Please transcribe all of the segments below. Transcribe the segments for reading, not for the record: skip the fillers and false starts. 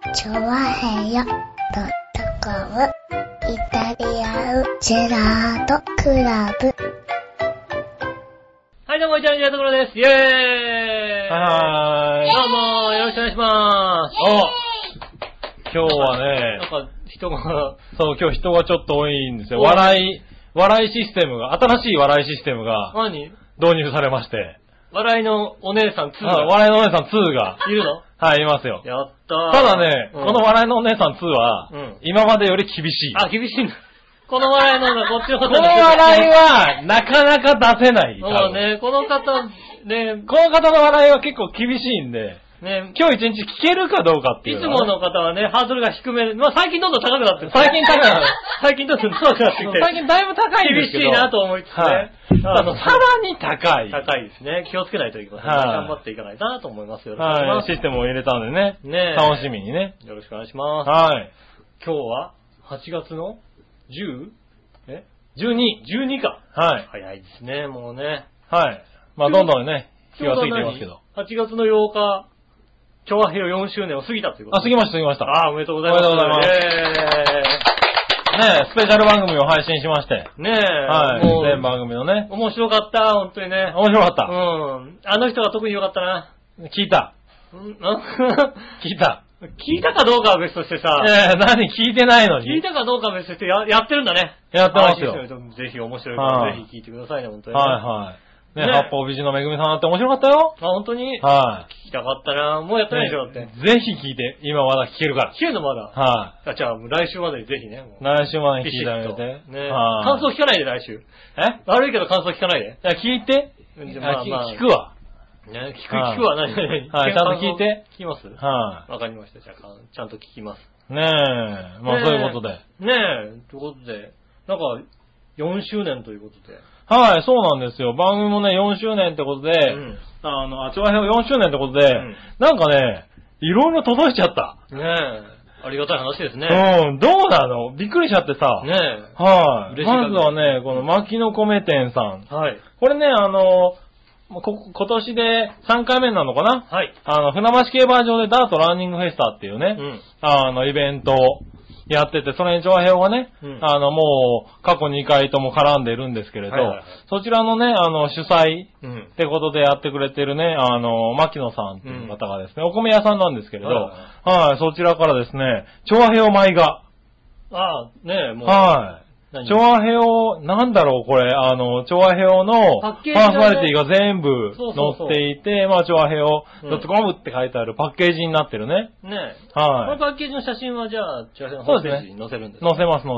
チョワヘヨ.com イタリアンジェラートクラブ。 はい、どうも、イタリアンジェラートクラブです。イェーイ。 はーい。 どうも、よろしくお願いします。 今日はね、 なんか、人が、 そう、今日人がちょっと多いんですよ。 多い笑いシステムが、新しい笑いシステムが何導入されまして。 笑いのお姉さん2が。 笑いのお姉さん2が。 いるの？ はい、いますよ。 やったー。 ただね、 うん、 この笑いのお姉さん2は、今までより厳しい。 あ、厳しいんだ。この笑いの方がこっちの方が。 この笑いは、なかなか出せない。 そうね、この方、ね、 この方の笑いは結構厳しいんで、 ね、 今日一日聞けるかどうかっていう、 いつもの方はね、ハードルが低め。まあ最近どんどん高くなってる。 最近高くなる。 最近どんどん高くなってきて。 最近だいぶ高いんですけど。 厳しいなと思いつつね。 はい、さらに高い。 高いですね。気をつけないといけません、ね。頑張っていかないなと思いますよ。 はい。システムを入れたんでね。 ね、 楽しみにね。 よろしくお願いします。 はい。 今日は8月の 12か。 はい。 早いですね、もうね。 はい。まあどんどんね、気がついていますけど。 8月の8日、調和平和4周年を過ぎたということ。 過ぎました。 おめでとうございます。 おめでとうございます。ねえ、スペシャル番組を配信しまして。 ねえ。 はい。全番組のね。 面白かった、本当にね。 面白かった。 うん。あの人が特に良かったな。 聞いた。聞いた。 聞いたかどうかは別としてさ。 何聞いてないのに。 聞いたかどうかは別としてやってるんだね。 やってますよ。 ぜひ面白いからぜひ聞いてくださいね、本当に。 はい。ね、八方美人のめぐみさんだって面白かったよ。 あ、本当に？ はい。 聞きたかったな。もうやってないでしょ、だって。 ぜひ聞いて。今まだ聞けるから。 聞けるのまだ？ はい。 じゃあ、来週までにぜひね。 来週までに聞いてあげて。 ね。感想聞かないで、来週。悪いけど感想聞かないで。 いや、聞いて。聞くわ。 ね、聞くわ。何はい、ちゃんと聞いて。 聞きます？ はい。 わかりました。じゃあ、ちゃんと聞きます。 ねえ。まあ、そういうことで。 ねえ。ということで、なんか、4周年ということで。 はい、そうなんですよ。番組もね、4周年ってことで、調和平和4周年ってことで、なんかね、いろいろ届いちゃった。 ねえ。ありがたい話ですね。 どうなの？びっくりしちゃってさ。 ねえ。 はい。まずはね、この牧野米店さん。 はい。 これね、今年で3回目なのかな？ はい。 船橋競馬場でダートランニングフェスタっていうね、イベントをやってて、それに調和平和がね、もう過去2回とも絡んでいるんですけれど、そちらのね、主催ってことでやってくれてるね、牧野さんっていう方がですね、お米屋さんなんですけれど、はい、そちらからですね、調和平和米が。 ねえ、もう。 はい。調和平和、なんだろう、これ、調和平和のパーソナリティが全部載っていて、まあ、調和平和 .com って書いてあるパッケージになってるね。 ねえ。はい。 このパッケージの写真はじゃあ、調和平和のホームページに載せるんですか？ 載せます。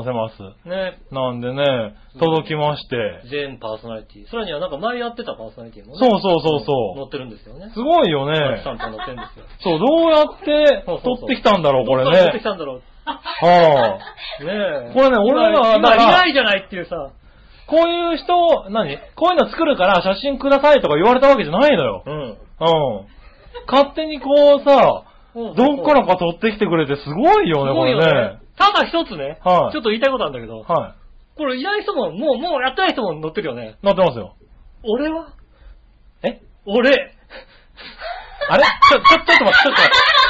ね。 なんでね、届きまして。 全パーソナリティ。さらにはなんか前やってたパーソナリティもね。 そう。 載ってるんですよね。 すごいよね。 たくさん載ってるんですよ。 そう、どうやって撮ってきたんだろう、これね。 撮ってきたんだろう。 はあ。 ねえ。 これね、俺らが、 今いないじゃないっていうさ。 こういう人、こういうの作るから写真くださいとか言われたわけじゃないのよ。勝手にこうさ、どっからか撮ってきてくれてすごいよね、これね。 ただ一つね、ちょっと言いたいことあるんだけど、 はい。 これいない人も、もうやってない人も載ってるよね。 載ってますよ。 俺は俺あれちょっと待って。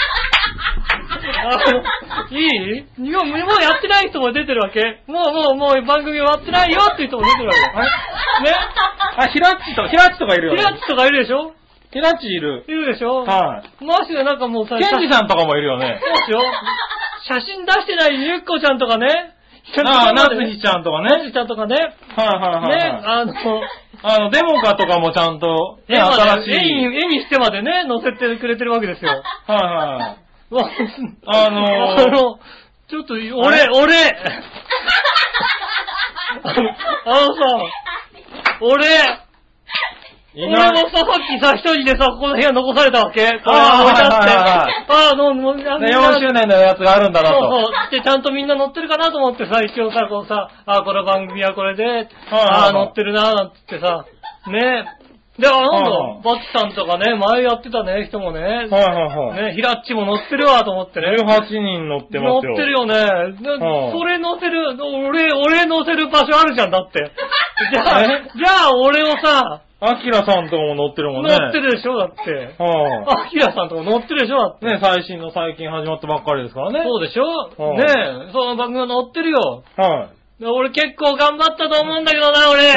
いい？もうやってない人も出てるわけ？もう番組終わってないよっていう人も出てるわけ。ね？ ひらっちとかいるよね。 ひらっちとかいるでしょ？ ひらっちいる。 いるでしょ？ はい。 マジでなんかもうさ、 ケンジさんとかもいるよね。 そうですよ。写真出してないゆっこちゃんとかね。 なつひちゃんとかね。 なつひちゃんとかね。 はい。 ね、 デモカとかもちゃんと、ね、新しい。 絵にしてまでね、載せてくれてるわけですよ。 はい。 ちょっと、俺さ、俺もさ、さっきさ、一人でさ、この部屋残されたわけ？これ置いてあって。 4周年のやつがあるんだなと。 そう。で、ちゃんとみんな載ってるかなと思ってさ、一応さ、こうさ、この番組はこれで、載ってるな、なんてさ、ね。で、なんだ、バッチさんとかね、前やってたね、人もね。ね、ヒラッチも載ってるわと思ってね。 18人載ってますよ。 載ってるよね。それ載せる、俺載せる場所あるじゃん、だって。じゃあ俺をさ、 アキラさんとかも乗ってるもんね。 乗ってるでしょ、だって。アキラさんとか乗ってるでしょ、だって。 ね、最近始まったばっかりですからね。 そうでしょ。ねえ、その番組が乗ってるよ。 はい。 俺結構頑張ったと思うんだけどな、俺。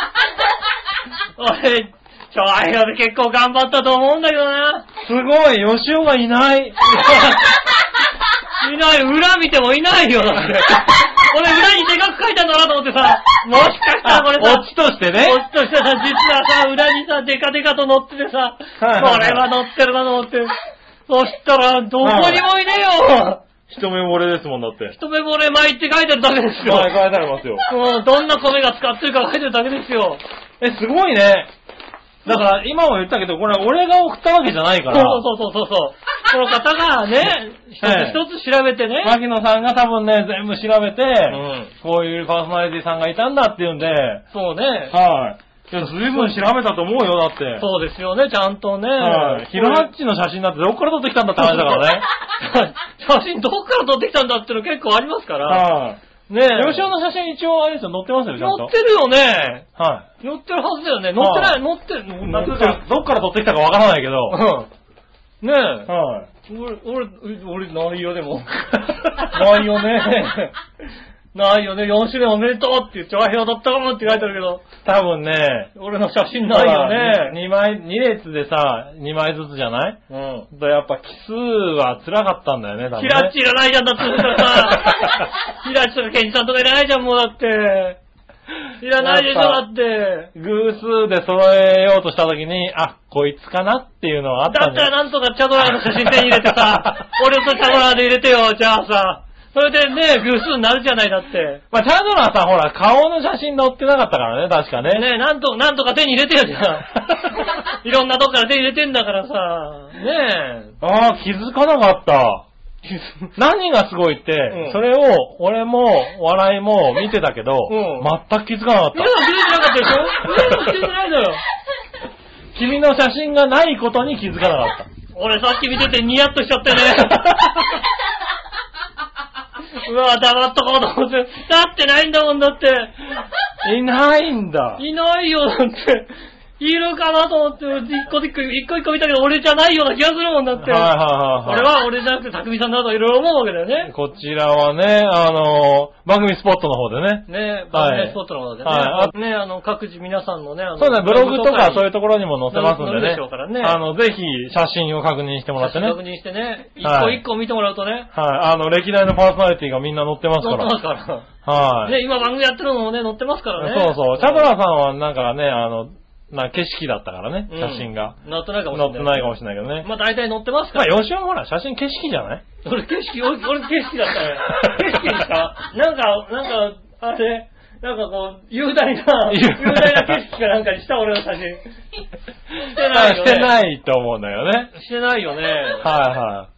ちょいよ、結構頑張ったと思うんだけどな。 すごい、吉尾がいない。 いない、裏見てもいないよ、だって。俺裏にでかく書いたんだなと思ってさ、もしかしたらこれさ、 オチとしてね。 オチとしてさ、実はさ、裏にさ、デカデカと乗っててさ、これは乗ってるなと思って。そしたら、どこにもいねえよ。 一目惚れですもんだって。 一目惚れ米って書いてるだけですよ。 はい、書いてありますよ。 どんな米が使ってるか書いてるだけですよ。 すごいね。だから、今も言ったけど、これ俺が送ったわけじゃないから。 そう。この方がね、一つ調べてね。 牧野さんが多分ね、全部調べて、こういうパーソナリティさんがいたんだっていうんで。 そうね。 はい。いや、随分調べたと思うよ、だって。 そうですよね、ちゃんとね。 はい。ヒロハッチの写真だってどっから撮ってきたんだって話だからね。 写真どっから撮ってきたんだっての結構ありますから。 はい。 ねえ。 吉尾の写真一応あれですよ、載ってますよ、ちゃんと。 載ってるよね。 はい。 載ってるはずだよね。載ってない、載ってる。 どっから撮ってきたかわからないけど。 ねえ。 はい。 俺、ないよ、でも。ないよね。ないよね。4周年おめでとうって言って、和平だったかもって書いてあるけど。 多分ね。 俺の写真ないよね。 2列でさ、2枚ずつじゃない？やっぱ奇数は辛かったんだよね、多分ね。 キラッチいらないじゃん、だって言ったらさ。キラッチとかケンジさんとかいらないじゃん、もうだって。いらないでしょ、だって。 偶数で揃えようとしたときに、こいつかなっていうのはあったんだよ。 だったらなんとかチャドラーの写真手に入れてさ、俺とチャドラーで入れてよ、じゃあさ。それでね、偶数になるじゃないだって。 チャドラーさんほら、顔の写真載ってなかったからね、確かね。 ねなんとか手に入れてよ、じゃあ。いろんなとこから手に入れてんだからさ。ねえ。気づかなかった。何がすごいって、それを、俺も、笑いも見てたけど、全く気づかなかった。 気づいてなかったでしょ？気づいてないのよ。 君の写真がないことに気づかなかった。 俺さっき見ててニヤッとしちゃってね。うわ、黙っとこうと思って。だってないんだもんだって。 いないんだ。 いないよ、だって。いるかなと思って、一個一個見たけど、俺じゃないような気がするもんだって。俺は俺じゃなくて、匠さんだといろいろ思うわけだよね。 こちらはね、番組スポットの方でね。 ね、番組スポットの方でね。ね、各自皆さんのね、 そうね、ブログとかそういうところにも載せますんでね。ぜひ、写真を確認してもらってね。 確認してね、一個一個見てもらうとね。 はい、歴代のパーソナリティがみんな載ってますから。 載ってますから。 はい。 ね、今番組やってるのもね、載ってますからね。 そう。チャドラさんはなんかね、景色だったからね、写真が。 載ってないかもしれない。 載ってないかもしれないけどね。 大体載ってますから。 吉尾もほら、写真景色じゃない俺景色だったね。景色でしたなんか、あれ、なんかこう、雄大な景色かなんかにした俺の写真。してないよね。 してないと思うんだよね。 してないよね。 はい。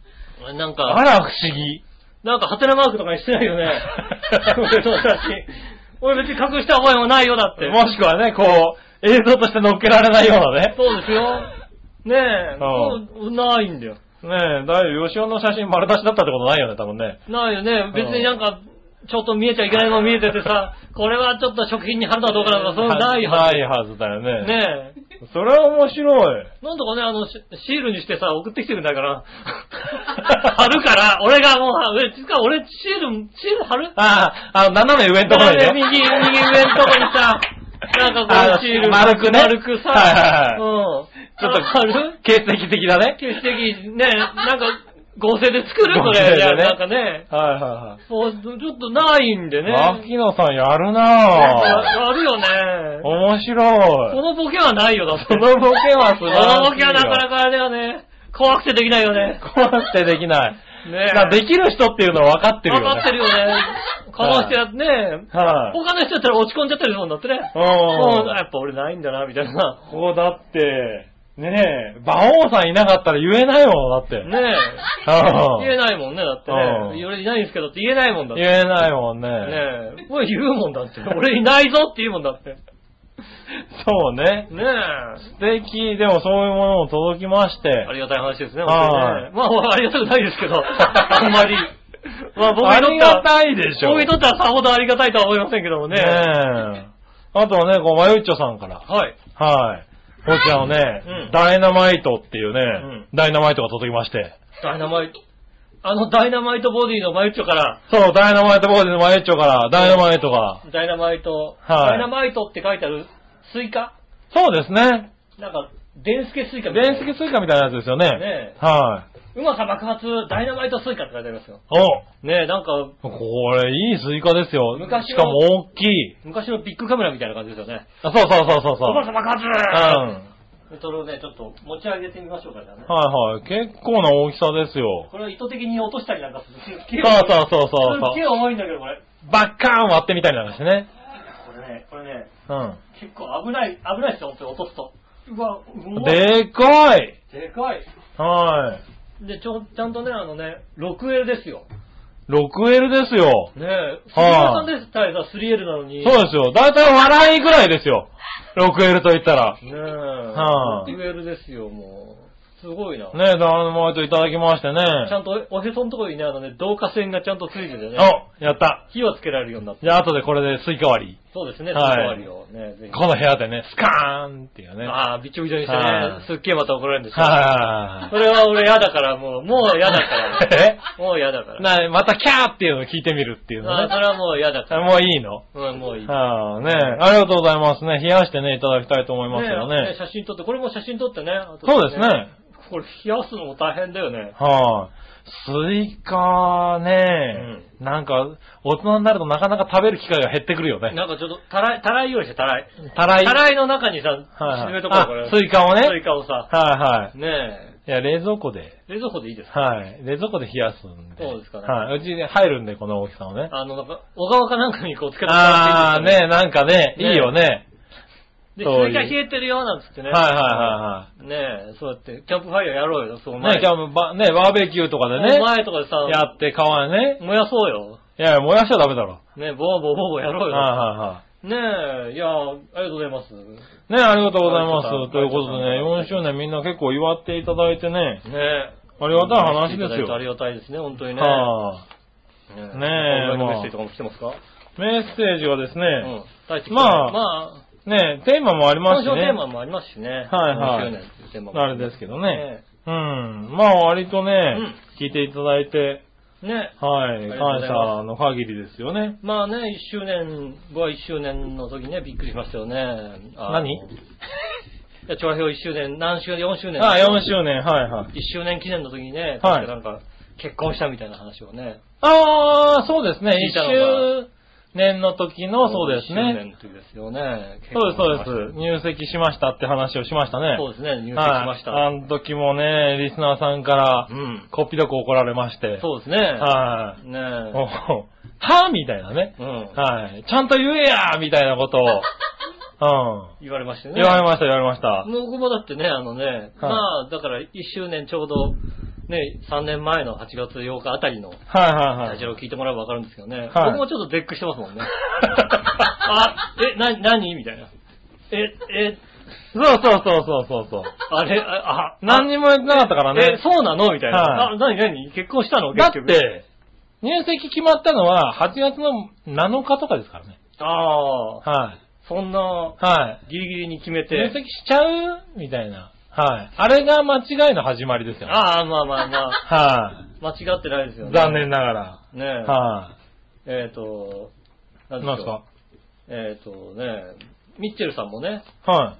なんか。 あら、不思議。 なんか、ハテナマークとかにしてないよね。俺の写真。俺別に隠した覚えもないよ、だって。 もしくはね、こう、映像として載っけられないようなね。 そうですよ。ねえ、ないんだよ。 ねえ、だいぶ吉尾の写真丸出しだったってことないよね、多分ね。 ないよね。別になんか、ちょっと見えちゃいけないの見えててさ、これはちょっと食品に貼るのはどうかなとか、そういうのないはず。 ないはずだよね。 ねえ。 それは面白い。 なんとかね、シールにしてさ、送ってきてるんだから。貼るから、俺がもう、俺シール貼る？ 斜め上のところにね。 右上のところにさ、なんかこうシール。 丸くさ、 ちょっと貼る？ 形跡的だね。 形跡、ね、なんか、合成で作るそれ。なんかね。もう、ちょっとないんでね。 牧野さんやるなぁ。 やるよね。 面白い。 そのボケはないよ、だって。 そのボケは素晴らしい。 そのボケはなかなかあれだよね。怖くてできないよね。 怖くてできない。 ねできる人っていうのは分かってるよね。 分かってるよね。この人やってね、他の人やったら落ち込んじゃったりするもんだってね。やっぱ俺ないんだな、みたいな。 こうだって、ねえ、馬王さんいなかったら言えないもん、だって。 ねえ。言えないもんね、だってね。俺いないんですけどって言えないもんだって。 言えないもんね。 ねえ。俺言うもんだって。俺いないぞって言うもんだって。 そうね。 ねえ。 素敵。でもそういうものも届きまして。 ありがたい話ですね、本当にね。まあ、ありがたくないですけど。あんまり。まあ、僕にとっては。 ありがたいでしょ。 僕にとってはさほどありがたいとは思いませんけどもね。 ねえ。あとはね、まゆっちょさんから。 はい。 はい。 こちらのね、ダイナマイトっていうね、ダイナマイトが届きまして。 ダイナマイト。ダイナマイトボディのマユッチョから。 そう、ダイナマイトボディのマユッチョから、ダイナマイトが。 ダイナマイト。 はい。 ダイナマイトって書いてあるスイカ？ そうですね。 なんか、デンスケスイカみたいな。 デンスケスイカみたいなやつですよね。 ねえ。はい。 うまさ爆発、ダイナマイトスイカって書いてありますよ。 おねえ、なんか。 これ、いいスイカですよ。しかも大きい。 昔のビッグカメラみたいな感じですよね。 あ、そう。 うまさ爆発うん。 それをね、ちょっと持ち上げてみましょうか、ね。 はい。結構な大きさですよ。 これを意図的に落としたりなんかする。 そう。 すっげえ重いんだけど、これ。 バッカーン割ってみたりなんかしてね。 これね。 うん。 結構危ないですよ、本当に落とすと。うわ、 でかい。はい。 で、ちゃんとね、6L ですよ。 6L ですよ。 ねえ。3L さんでさえさ、3L なのに。 そうですよ。だいたい笑いぐらいですよ。6L と言ったら。 ねえ。はあ、6L ですよ、もう。すごいな。 ねえ、ダイナマイトいただきましてね。 ちゃんとおへそのところにね、導火線がちゃんとついててね。 お、やった。 火をつけられるようになって。 じゃあ後でこれでスイカ割り。 そうですね、スイカ割りをね。ぜひこの部屋でね、スカーンっていうね。 ああ、びちょびちょにしてね。すっげえまた怒られるんですよ。 はい。 それは俺嫌だから、もう嫌だから。もう嫌だから。 またキャーっていうのを聞いてみるっていうのね。 それはもう嫌だから。 もういいの？ もういい。 はあ、ねありがとうございますね。冷やしてね、いただきたいと思いますけどね。 写真撮って、これも写真撮ってね。 そうですね。 これ冷やすのも大変だよね。 はい、スイカね、なんか、大人になるとなかなか食べる機会が減ってくるよね。 なんかちょっと、たらい用意して、たらい。 たらいの中にさ、沈めとこう、これ。 スイカをね。 スイカをさ。 はい。 ねえ。いや、冷蔵庫で。 冷蔵庫でいいですか？ はい。冷蔵庫で冷やすんで。 そうですかね。 はい。うちに入るんで、この大きさをね。 なんか、小川かなんかにこうつけてもらっていいですかね。なんかね、いいよね。 で、スイカ冷えてるよ、なんつってね。 はい。 ねえ、そうやって、キャンプファイヤーやろうよ、そうね、バーベキューとかでね。 前とかでさ、 やって川にね。 燃やそうよ。 いや、燃やしちゃダメだろ。 ね、ボーやろうよ。ねえ、いや、ありがとうございます。 ね、ありがとうございます。ということでね、4周年みんな結構祝っていただいてね。 ねえ。 ありがたい話ですよ。 ありがたいですね、本当にね。 ねえ。メッセージとかも来てますか？ メッセージはですね、 まあ、 ね、テーマもありますしね。 テーマもありますしね。 はい。 4周年っていうテーマも。 あれですけどね。まあ割とね、聞いていただいて、 ね。 はい。感謝の限りですよね。 まあね、1周年の時ね、びっくりしましたよね。 何？ いや、調和表1周年、4周年。 4周年、はい。 1周年記念の時にね、確かなんか、結婚したみたいな話をね。 そうですね。1周年の時の、そうですね。 1周年の時ですよね。 そうです。入籍しましたって話をしましたね。 そうですね、入籍しました。 あの時もね、リスナーさんから、こっぴどく怒られまして。 そうですね。 はい。 ねはみたいなね。はい。ちゃんと言えやみたいなことを。 言われましたね。 言われました。 僕もだってね、まあ、だから1周年ちょうど、ね、3年前の8月8日あたりの、ラジオを聞いてもらえばわかるんですけどね。僕もちょっと絶句してますもんね。何みたいな。 そう。 あれ、 何にも言ってなかったからね。 そうなのみたいな。何結婚したのだって、入籍決まったのは8月の7日とかですからね。はい。 そんな、 はい。 ギリギリに決めて。 入籍しちゃうみたいな。はい。あれが間違いの始まりですよね。 まあ。 はい。 間違ってないですよね。 残念ながら。 ねえ。 はい。 何ですか？ミッチェルさんもね。 はい。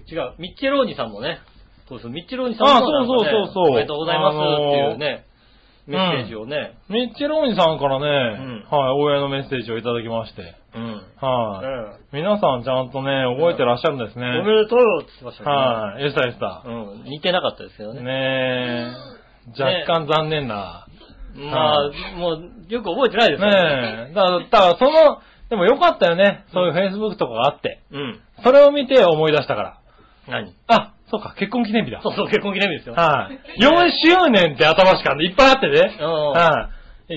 違う、ミッチェローニさんもね。そうそう、ミッチェローニさんも、 そう。 おめでとうございますっていうね。メッセージをね。 ミッチェローニさんからね、はい、応援のメッセージをいただきまして。はい。皆さんちゃんとね、覚えてらっしゃるんですね。 おめでとうよって言ってましたね。 はい。エスタ。 似てなかったですけどね。 ね若干残念な。 まあ、もう、よく覚えてないですよね。だからでもよかったよね。そういう Facebook とかがあって。それを見て思い出したから。 何？ そうか、結婚記念日だ。 そう、結婚記念日ですよ。 はい。4周年って頭しかいっぱいあってね。はい。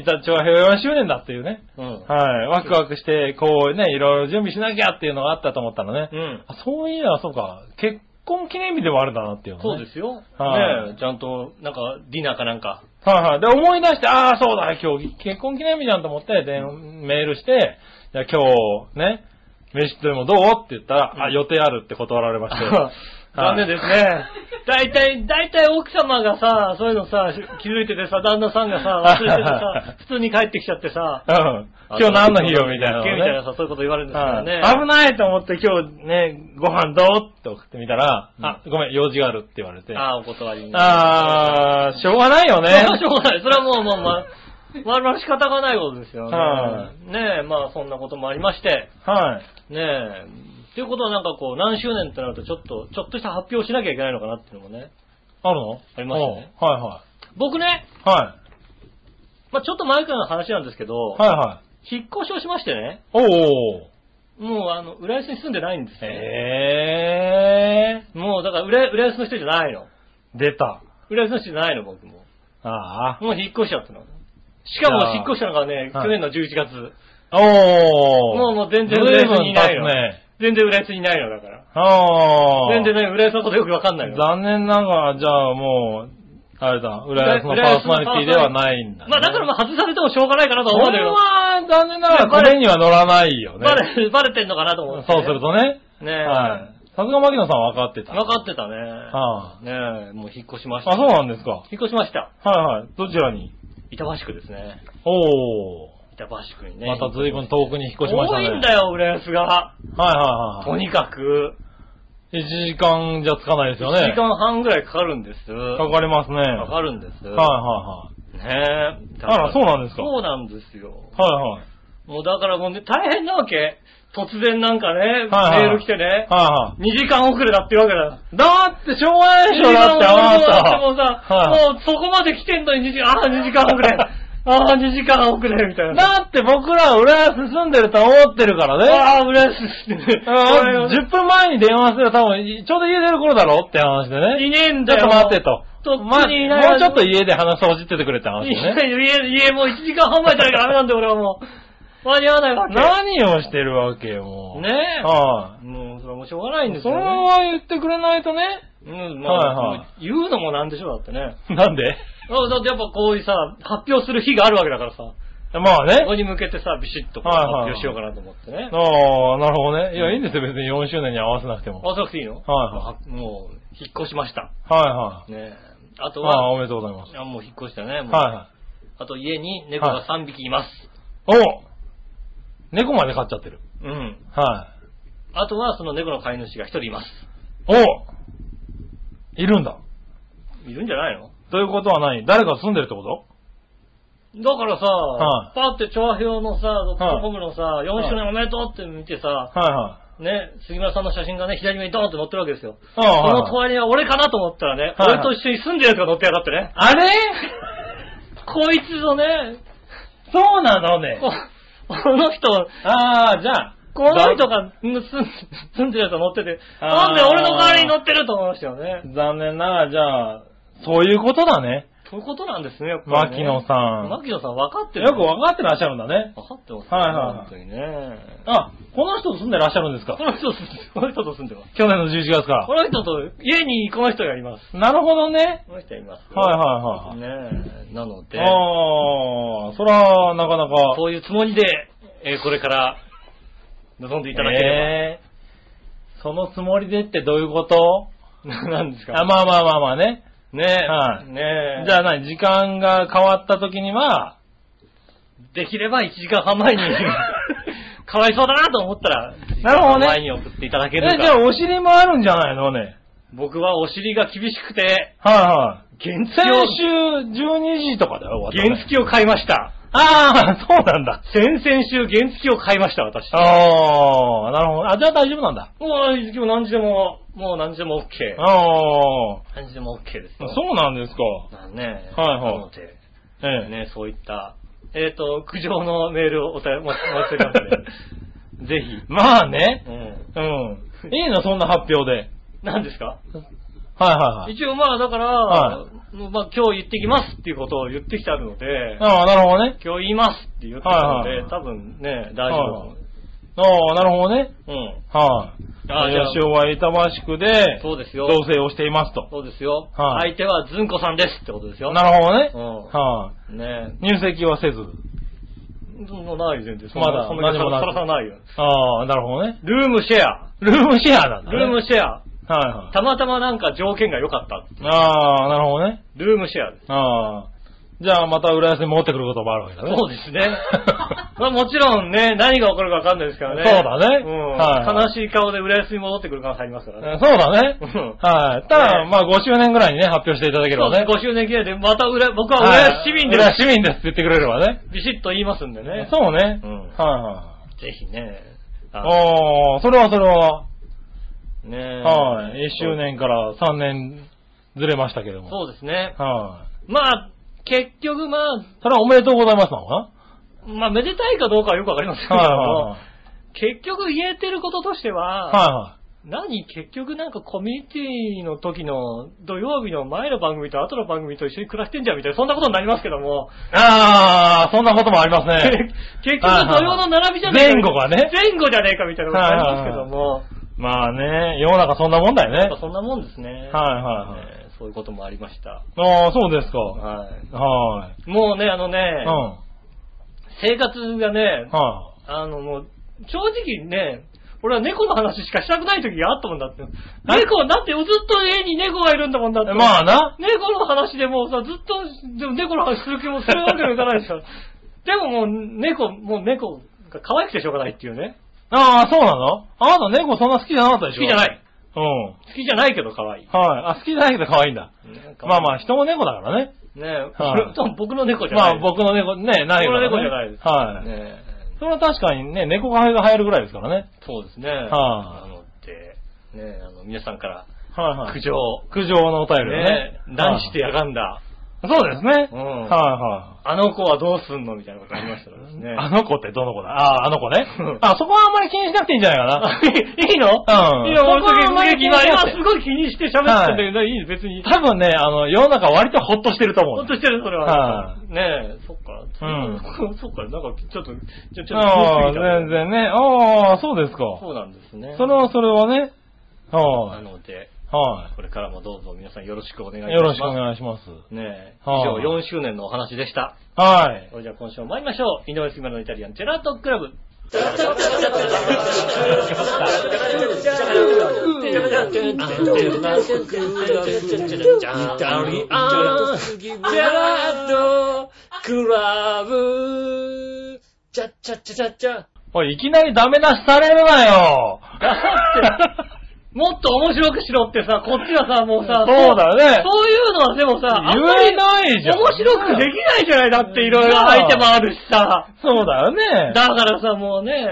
調和表4周年だっていうね。はい。ワクワクして、こうね、いろいろ準備しなきゃっていうのがあったと思ったのね。そういえば、そうか、結婚記念日でもあるんだなっていうのね。 そうですよ。ねちゃんと、なんか、ディナーかなんか。 で、思い出して、そうだ、今日結婚記念日じゃんと思って、メールして、今日ね、飯でもどうって言ったら、予定あるって断られまして。 残念ですね。大体奥様がさ、そういうのさ、気づいててさ、旦那さんがさ、忘れててさ、普通に帰ってきちゃってさ、 今日何の日よみたいな、 ね。みたいなさ、そういうこと言われるんですからね。 危ないと思って今日ね、ご飯どうって送ってみたら、ごめん、用事があるって言われて。 お断りに。 しょうがないよね。 しょうがない。それはもうまあ仕方がないことですよね。ねえ、まあそんなこともありまして。 はい。 ねえ。っていうことはなんかこう、何周年ってなるとちょっとした発表しなきゃいけないのかなっていうのもね。 あるの？ ありますね。 はいはい。 僕ね。 はい。 まあちょっと前からの話なんですけど。 はいはい。 引っ越しをしましてね。もう浦安に住んでないんですよ。もうだから浦安の人じゃないの。 出た。 浦安の人じゃないの僕も。もう引っ越しちゃったの。しかも引っ越したのがね、去年の11月。もう全然浦安にいないの。全然浦安にいないのだから。全然ね、浦安のことよくわかんないの。 残念ながら、じゃあもう、あれだ、浦安のパーソナリティではないんだ、ね。 まあだから外されてもしょうがないかなと思うんだけど。 残念ながらこれには乗らないよね。 バレてんのかなと思う、 そうするとね。 ねえ。 はい。さすが牧野さん分かってた。 分かってたね。ねえ、もう引っ越しました、ね。 そうなんですか。 引っ越しました。 はいはい。どちらに？ 板橋区ですね。板橋区にね。 また随分遠くに引っ越しましたね。 多いんだよ、浦安が。とにかく。 1時間じゃつかないですよね。 1時間半ぐらいかかるんです。 かかりますね。 かかるんです。ねえ。そうなんですか。 そうなんですよ。もうだからもうね、大変なわけ。突然なんかね、メール来てね、2時間遅れだって言うわけだ。 だってしょうがないでしょ、だってあなた。 もうさ、もうそこまで来てんのに2時間遅れ。2時間遅れ、みたいな。 だって僕ら浦安住んでると思ってるからね。 浦安住んでる。 10分前に電話すれば多分、ちょうど家出る頃だろって話でね。 いねえんだよ。 ちょっと待ってと。 もうちょっと家で話そうじっててくれって話でね。 家もう1時間半前じゃないからダメなんだよ、俺はもう。間に合わないわけ。 何をしてるわけよ、もう。 ねえ。もう、それはもうしょうがないんですよね。 それは言ってくれないとね。 言うのもなんでしょ、だってね。 なんで？ だってやっぱこういうさ、発表する日があるわけだからさ。 まあね。 そこに向けてさ、ビシッと発表しようかなと思ってね。 なるほどね。いや、いいんですよ、別に4周年に合わせなくても。 合わせなくていいの？もう、引っ越しました。ねあとは、 おめでとうございます。 もう引っ越したね。 あと家に猫が3匹います。 猫まで飼っちゃってる。あとはその猫の飼い主が1人います。 いるんだ。 いるんじゃないの？ ということは何？誰か住んでるってこと？ だからさ、パって調和表のさ、ドットコムのさ、4周年おめでとうって見てさ、ね、杉村さんの写真がね、左目にドーンって載ってるわけですよ。その隣は俺かなと思ったらね、俺と一緒に住んでるやつが載ってやがってね。 あれ？ こいつのね、 そうなのね。 この人、じゃあ、この人が住んでるやつが乗ってて、なんで俺の代わりに乗ってると思いましたよね。 残念ながら、じゃあ、そういうことだね。 そういうことなんですね、やっぱり、 牧野さん。 牧野さん分かってる。 よく分かってらっしゃるんだね。 分かってますね。本当にね。 この人と住んでらっしゃるんですか？ この人と住んでます。 去年の11月から。 この人と、家にこの人がいます。 なるほどね。 この人がいます。 ねなので。 そら、なかなか。 そういうつもりで、これから望んでいただければ。そのつもりでってどういうこと？ 何ですか？ まあね。 ねえ。 じゃあ時間が変わった時には、 できれば1時間半前に、かわいそうだなと思ったら、 なるほどね。 前に送っていただけるか。 じゃあお尻もあるんじゃないのね。 僕はお尻が厳しくて、 原付先週12時とかだよ、 原付を買いました。 そうなんだ。 先々週原付を買いました、私。 なるほど。じゃあ大丈夫なんだ。 もう何時でも OK。何時でも OK ですよ。 そうなんですか。 ねなので、ね、そういった、苦情のメールをお待ちしておりますので、ぜひ。 まあね。いいの、そんな発表で。 何ですか？ 一応だから、今日言ってきますっていうことを言ってきてあるので、 なるほどね。 今日言いますって言ってきたので、多分ね、大丈夫。なるほどね。吉尾は板橋区で、 そうですよ。 同棲をしていますと。 そうですよ。相手はずんこさんですってことですよ。 なるほどね。 入籍はせず。 ない全然。 まだ何もない。 そらないよ。 なるほどね。 ルームシェア。 ルームシェアなんだね。 ルームシェア。 はいはい。 たまたまなんか条件が良かった。 ああ、なるほどね。 ルームシェアです。 ああ。じゃあまた浦安に戻ってくることもあるわけだね。 そうですね。まあもちろんね、何が起こるか分かんないですからね。 そうだね。 うん。 はいはい、 悲しい顔で浦安に戻ってくる可能性ありますからね。 そうだね。はい。ただ、まあ5周年ぐらいにね、発表していただければね。 そう5周年記念で、また僕は浦安市民です。 浦安市民ですって言ってくれればね。 ビシッと言いますんでね。 そうね。 うん。 はいはい。 ぜひね。 ああ、それは。 ねえ。 はい。1周年から3年ずれましたけども。 そうですね。 はい。 まあ、結局まあ。 それはおめでとうございますなのかな？まあ、めでたいかどうかはよくわかりませんけども、はい、結局言えてることとしては、はいはい、結局なんかコミュニティの時の土曜日の前の番組と後の番組と一緒に暮らしてんじゃんみたいな、そんなことになりますけども。 ああ、そんなこともありますね。 結局土曜の並びじゃねえか。 前後がね。 前後じゃねえかみたいなことになりますけども。 まあね、世の中そんなもんだよね。 そんなもんですね。 はいはいはい。 そういうこともありました。 ああ、そうですか。 はい。 はい。 もうね、生活がね、もう、正直ね、俺は猫の話しかしたくない時があったもんだって。猫、だってずっと家に猫がいるんだもんだって。 まあな。 猫の話でもうさ、ずっと、でも猫の話する気もするわけにはいかないですから。でももう猫が可愛くてしょうがないっていうね。 ああ、そうなの？あなた猫そんな好きじゃなかったでしょ？ 好きじゃない。 うん。 好きじゃないけど可愛い。 はい。好きじゃないけど可愛いんだ。まあまあ、人も猫だからね。 ねえ。僕の猫じゃない。 まあ僕の猫、ね、ないからね。 僕の猫じゃないです。 はい。ねえ。それは確かにね、猫が生えるぐらいですからね。 そうですね。 はい。 ね皆さんから、苦情のお便りね。 何してやがんだ。 そうですね。 あの子はどうすんのみたいなことありましたからですね。 あの子ってどの子だ？あの子ね。そこはあんまり気にしなくていいんじゃないかな。 いいの？ うん。 いや、俺今すごい気にして喋ってんだけど、いい別に。 多分ね、世の中割とホッとしてると思う。 ホッとしてる、それは。ねえ、そっか。そっか、なんかちょっと全然ね。ああ、そうですか。 そうなんですね。 それはね。 なので、 はい。 これからもどうぞ皆さんよろしくお願いします。 よろしくお願いします。 ねえ。以上4周年のお話でした。 はい。 それじゃあ今週も参りましょう。井上杉村のイタリアンジェラートクラブ。 おい、いきなりダメ出しされるなよ。 もっと面白くしろってさ、こっちはさ、もうさ、 そうだね。 そういうのはでもさ、 言えないじゃん。 面白くできないじゃない。だっていろいろ相手もあるしさ。 そうだよね。 だからさ、もうね、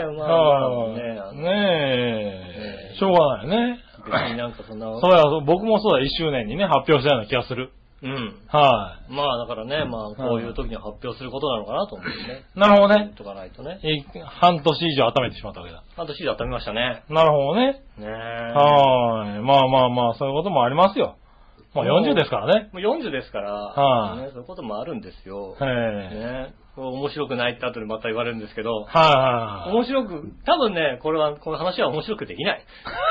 しょうがないよね。 別になんかそんな。 そうや、僕もそうだ、1周年にね、発表したような気がする。 うん。 はい。 まあだからね、こういう時に発表することなのかなと思ってね。 なるほどね。 とかないとね。 半年以上温めてしまったわけだ。 半年以上温めましたね。 なるほどね。 ねえ。 はい。まあ、そういうこともありますよ。もう40ですからね。 もう40ですから、 はい。 そういうこともあるんですよ。 ね面白くないって後でまた言われるんですけど、 面白く、多分ね、この話は面白くできない。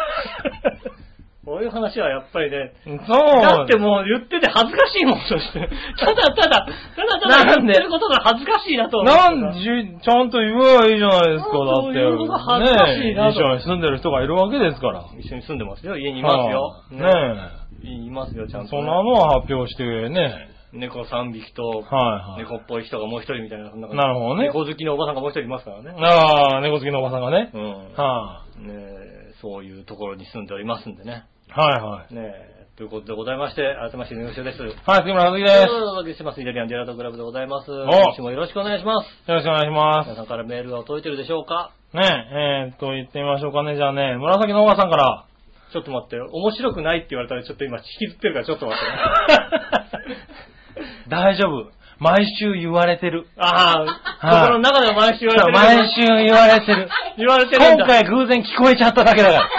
こういう話はやっぱりね、だってもう言ってて恥ずかしいもんとして、ただ言ってることが恥ずかしいなと思って。 ちゃんと言えばいいじゃないですか、だって。 言うことが恥ずかしいなと。 一緒に住んでる人がいるわけですから。 一緒に住んでますよ、家にいますよ。いますよ、ちゃんと。 そんなのは発表してね。 猫3匹と、猫っぽい人がもう一人みたいな、そんな感じ。 なるほどね。 猫好きのおばさんがもう一人いますからね。 猫好きのおばさんがね。 そういうところに住んでおりますんでね。ということでございまして、改めまして、井上翔です。 はい、杉村和樹です。 お届けしてます。イタリアンジェラートクラブでございます。今週もよろしくお願いします。 よろしくお願いします。 皆さんからメールが届いてるでしょうか？ 言ってみましょうかね。じゃあね、紫のおばさんから。 ちょっと待って、面白くないって言われたらちょっと今引きずってるからちょっと待って。 大丈夫。毎週言われてる。 心の中では毎週言われてる。 毎週言われてる。 言われてるんだ。 今回偶然聞こえちゃっただけだから。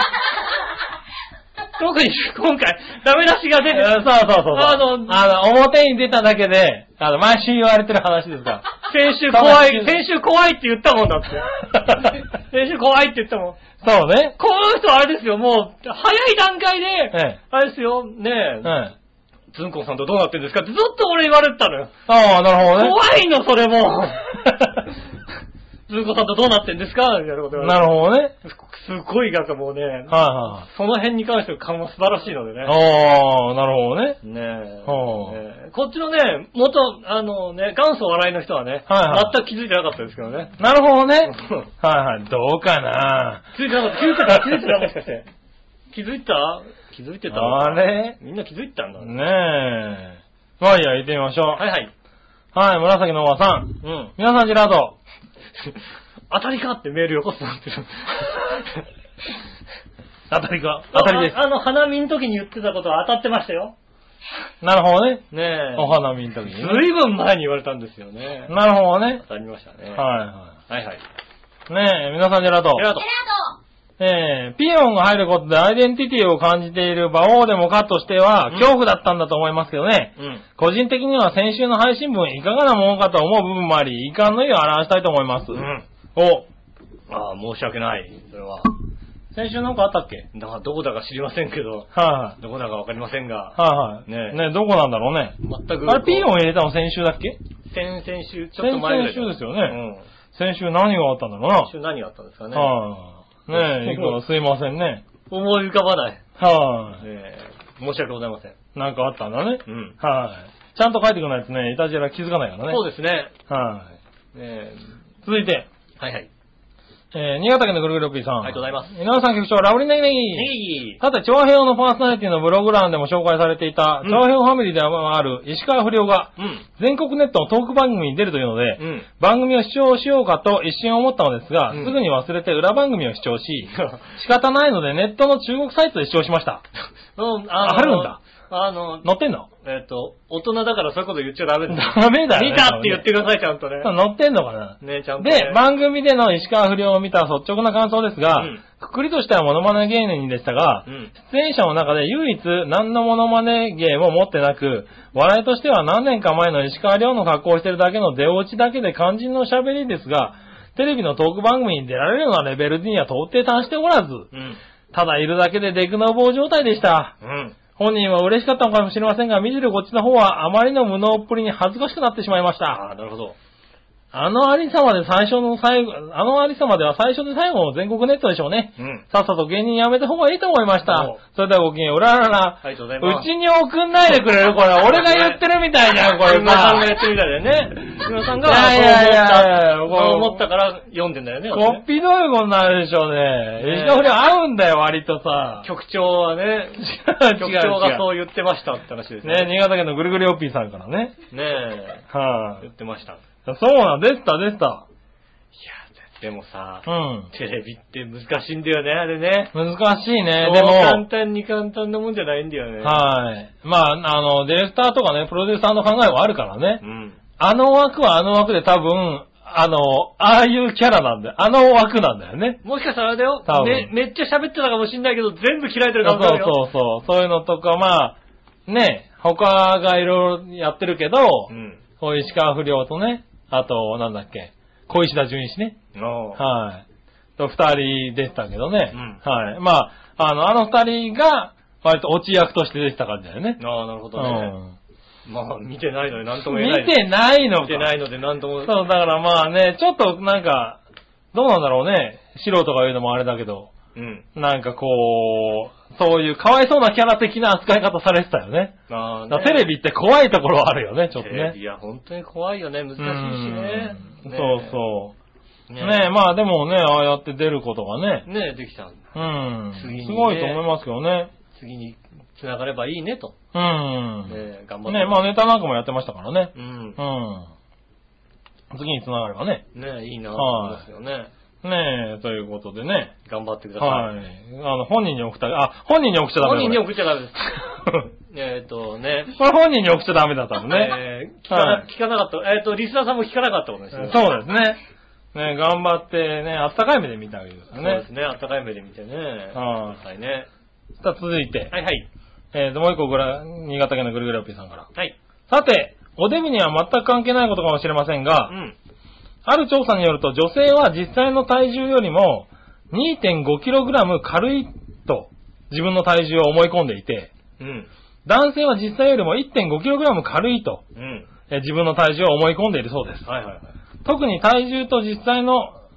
特に今回、ダメ出しが出てそう。表に出ただけで、毎週言われてる話ですから。 先週怖いって言ったもんだって。先週怖いって言ったもん。 そうね。 この人はあれですよ、もう、早い段階で、あれですよ、ずんこさんとどうなってんですかってずっと俺言われてたのよ。 なるほどね。 怖いの、それも。 ズーコさんとどうなってんですかみたいなこと言われて。 なるほどね。 すごいもうね、その辺に関しては勘は素晴らしいのでね。 ああ、なるほどね。 ねえ。こっちのね、元素笑いの人はね、全く気づいてなかったですけどね。 なるほどね。どうかな。 気づいてなかった。気づいてたもしかして。気づいてたあれみんな気づいたんだねえ。まあいいや、行ってみましょう。 はいはい。 はい、紫のおばさん。皆さんジェラート。 当たりかってメールよこすなってる。 当たりか。当たりです。 花見の時に言ってたことは当たってましたよ。 なるほどね。 ねえ。 お花見の時に、ね。 ずいぶん前に言われたんですよね。 なるほどね。 当たりましたね。 はいはい。 はいはい。 ねえ、皆さんジェラート。 ジェラート。 ピヨンが入ることでアイデンティティを感じている馬王でもかとしては、恐怖だったんだと思いますけどね。個人的には先週の配信分いかがなものかと思う部分もあり、遺憾の意を表したいと思います。 申し訳ない。それは。 先週なんかあったっけ？ どこだか知りませんけど。どこだかわかりませんが。ねどこなんだろうね。 全く。 あれ、ピヨン入れたの先週だっけ？ 先週、ちょっと前ぐらい。 先週ですよね。先週何があったんだろうな。 先週何があったんですかね。 ねえ、いくらすいませんね。 思い浮かばない。申し訳ございません。 なんかあったんだね。ちゃんと書いてくれないとね、イタジェラ気づかないからね。 そうですね。 続いて。 はいはい。 新潟県のぐるぐるピーさん。 ありがとうございます。 井上さん局長、ラブリネギネギ。さて、長平のパーソナリティのブログ欄でも紹介されていた、長平ファミリーである石川不良が、全国ネットのトーク番組に出るというので、番組を視聴しようかと一瞬思ったのですが、すぐに忘れて裏番組を視聴し、仕方ないのでネットの中国サイトで視聴しました。あるんだ。載ってんの？ 大人だからそういうこと言っちゃダメだ。 ダメだよ。 見たって言ってください、ちゃんとね。 載ってんのかな？ ね、ちゃんと。 で、番組での石川不良を見た率直な感想ですが、くくりとしてはモノマネ芸人でしたが、出演者の中で唯一何のモノマネ芸も持ってなく、笑いとしては何年か前の石川遼の格好をしてるだけの出落ちだけで肝心の喋りですが、テレビのトーク番組に出られるようなレベルには到底達しておらず、ただいるだけでデクノボー状態でした。本人は嬉しかったのかもしれませんが、見てるこっちの方はあまりの無能っぷりに恥ずかしくなってしまいました。 なるほど。 あのありさまでは最初で最後の全国ネットでしょうね。さっさと芸人やめた方がいいと思いました。それではごきげんよう、うららら。 ありがとうございます。 うちに送んないでくれるこれ。俺が言ってるみたいじゃん、これ。 今さんが言ってるみたいだよね。今さんがそう思ったから読んでんだよね。 こっぴどいことになるでしょうね。石川不良合うんだよ、割とさ。 局長はね、局長がそう言ってましたって話ですね。 新潟県のぐるぐるよっぴーさんからね。 言ってました。 そうなん、でした。いや、 でもさ、テレビって難しいんだよね、あれね。 難しいね、 でも。簡単なもんじゃないんだよね。 まあ、ディレクターとかね、プロデューサーの考えはあるからね。あの枠はあの枠で多分、ああいうキャラなんだよ。あの枠なんだよね。 もしかしたらあれだよ。めっちゃ喋ってたかもしんないけど、全部嫌いてるかもしれないよ。 そういうのとか、まあ、ね、他がいろいろやってるけど、こう石川不良とね、あと、なんだっけ、小石田純一ね。と二人出てたけどね。まあ、あの二人が、割と落ち役として出てた感じだよね。 なるほどね。まあ、見てないので何とも言えない。 見てないのか。 見てないので何とも。 そう、だからまあね、ちょっとなんか、どうなんだろうね。素人が言うのもあれだけど。なんかこう、そういうかわいそうなキャラ的な扱い方されてたよね。テレビって怖いところあるよね、ちょっとね。 いや、本当に怖いよね、難しいしね。 そう。ねまあでもね、ああやって出ることがね。 できたんだ。 すごいと思いますけどね。 次に繋がればいいねと。 頑張って。 まあネタなんかもやってましたからね。次に繋がればね。 いいなと思いますよね。 ということでね。 頑張ってください。 本人に送っちゃダメ。 本人に送っちゃダメです。 これ本人に送っちゃダメだったのね。 聞かなかった。リスナーさんも聞かなかったことですね。 そうですね。頑張ってね、あったかい目で見てあげるんですよね。 そうですね、あったかい目で見てね。はいね。 さあ続いて。 はい。 もう一個新潟県のぐるぐるおっぴーさんから。 はい。 さて、おデブには全く関係ないことかもしれませんが、ある調査によると女性は実際の体重よりも 2.5kg 軽いと自分の体重を思い込んでいて、男性は実際よりも 1.5kg 軽いと、自分の体重を思い込んでいるそうです。特に体重と実際の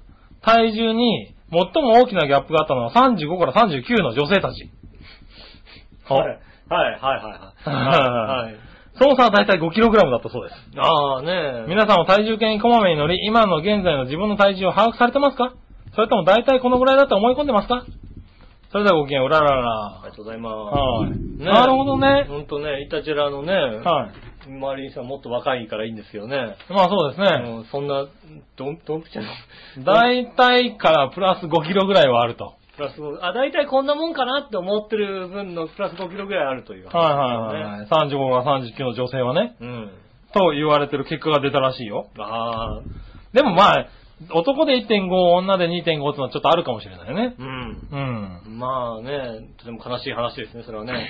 体重に最も大きなギャップがあったのは35から39の女性たち。 はい。はい。 その差はだいたい 5kg だったそうです。 ああね。 皆さんも体重計にこまめに乗り、今の現在の自分の体重を把握されてますか？それともだいたいこのぐらいだと思い込んでますか？それではごきげんうららら。 ありがとうございます。 はい。ね、なるほどね。 ほんとね、イタジェラのね、はい。周りにさ、もっと若いからいいんですよね。 まあそうですね。 そんな、ドンピシャの。 だいたいからプラス5キロぐらいはあると。 プラス5、だいたいこんなもんかなって思ってる分のプラス5キロぐらいあるという、ね。 はい。35から39の女性はね。と言われてる結果が出たらしいよ。でもまあ、男で 1.5、女で 2.5 ってのはちょっとあるかもしれないよね。 まあね、とても悲しい話ですね、それはね。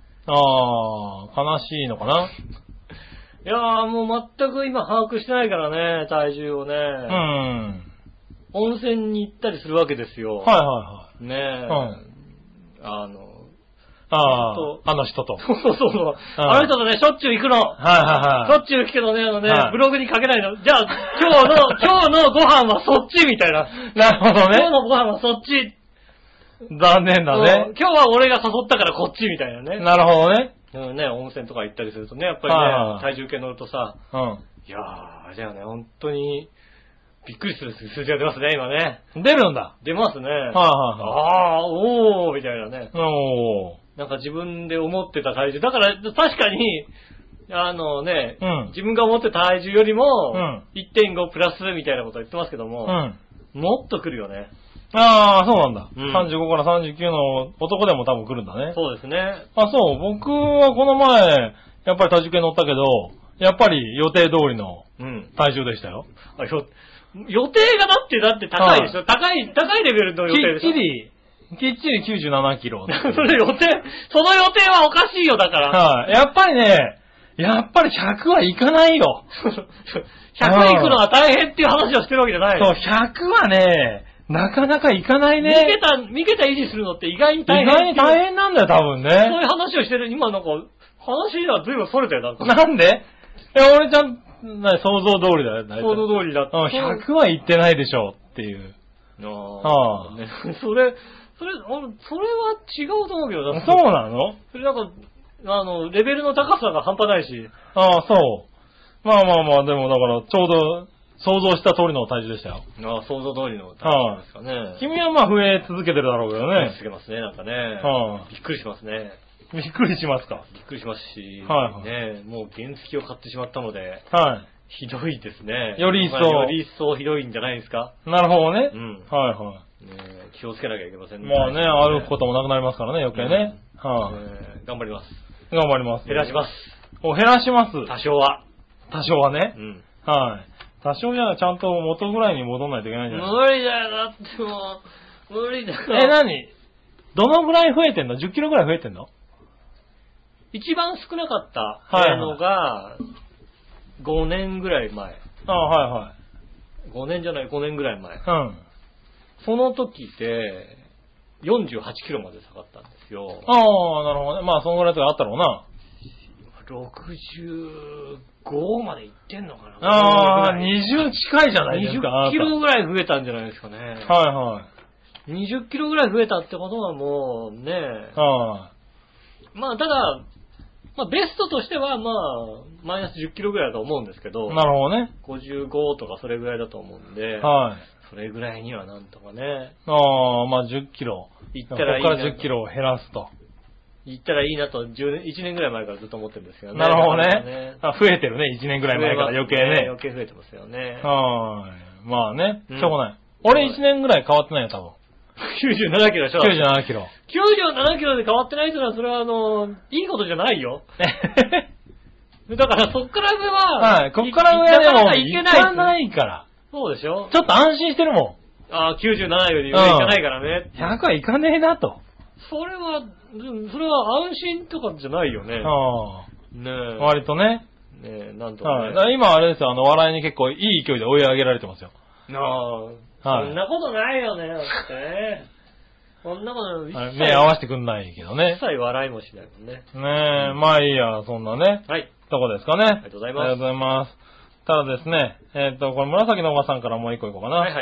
悲しいのかな。 いやーもう全く今把握してないからね、体重をね。温泉に行ったりするわけですよ。ねえ。あの人と。そう。あの人とね、しょっちゅう行くの。しょっちゅう行くけどね、ブログに書けないの。じゃあ、今日のご飯はそっちみたいな。 なるほどね。 今日のご飯はそっち。 残念だね。 今日は俺が誘ったからこっちみたいなね。 なるほどね。 温泉とか行ったりするとね、やっぱりね、体重計乗るとさ、いやー、あれだよね、本当に、びっくりする数字が出ますね、今ね。 出るんだ。 出ますね。おー、みたいなね。なんか自分で思ってた体重。だから確かに、自分が思ってた体重よりも、1.5 プラスみたいなこと言ってますけども、もっと来るよね。 そうなんだ。35から39の男でも多分来るんだね。 そうですね。 そう。僕はこの前、やっぱり体重計乗ったけど、やっぱり予定通りの体重でしたよ。 予定がだって高いでしょ、高いレベルの予定でしょ。 きっちり97キロ。 その予定はおかしいよ、だから。 やっぱりね、100はいかないよ。 100行くのは大変っていう話をしてるわけじゃない。 そう、100はね、なかなかいかないね。 3桁維持するのって意外に大変。 意外に大変なんだよ、多分ね。 そういう話をしてる、今なんか、話は随分それたよ、 なんで俺ちゃん、想像通りだよ、 想像通りだった。 100は言ってないでしょ、っていう。 それは違うと思うけどな。 そうなの？ それなんか、レベルの高さが半端ないし。 そう。まあ、でもだから、ちょうど、想像した通りの体重でしたよ。 想像通りの体重ですかね。 君はまあ増え続けてるだろうけどね。 続けますね、なんかね。びっくりしますね。 びっくりしますか。 びっくりしますし、 ね、 もう原付を買ってしまったので、ひどいですね。 より一層ひどいんじゃないですか。 なるほどね。 気をつけなきゃいけませんね。 まあね、歩くこともなくなりますからね、余計ね。 頑張ります。 頑張ります。 減らします。 減らします。 多少はね。多少じゃちゃんと元ぐらいに戻んないといけないんじゃない？ 無理だよ、だってもう、無理だよ。 何？どのぐらい増えてんの？ 10 キロぐらい増えてんの？ 一番少なかったのが、5年ぐらい前。5年じゃない、5年ぐらい前。その時で、48キロまで下がったんですよ。 なるほどね。まあ、そのぐらいとかあったろうな。 65までいってんのかな。 20近いじゃないですか。 20キロぐらい増えたんじゃないですかね。20キロぐらい増えたってことはもうね。まあ、ただ、ベストとしては、マイナス10キロぐらいだと思うんですけど。 なるほどね。 55とかそれぐらいだと思うんで。それぐらいにはなんとかね。 まあ10キロ。 いったらいいな。 ここから10キロを減らすと。 行ったらいいなと、1年ぐらい前からずっと思ってるんですけどね。 なるほどね。増えてるね、1年ぐらい前から余計ね。 余計増えてますよね。 まあね、しょうがない。俺1年ぐらい変わってないよ、多分。 97キロでしょ？ 97キロ。 97キロで変わってないというのは、それはいいことじゃないよ。だからそっから上は、 こっから上でもいかないから。 そうでしょ？ ちょっと安心してるもん。 97より上いかないからね。 100はいかねえなと。 それは安心とかじゃないよね。 割とね。 なんとかね。 今あれですよ、笑いに結構いい勢いで追い上げられてますよ。 そんなことないよね、だってね。そんなことない。 目合わせてくんないけどね。 一切笑いもしないもんね。 まあいいや、そんなね。とこですかね。ありがとうございます。 ただですね、これ紫のおばさんからもう一個いこうかな。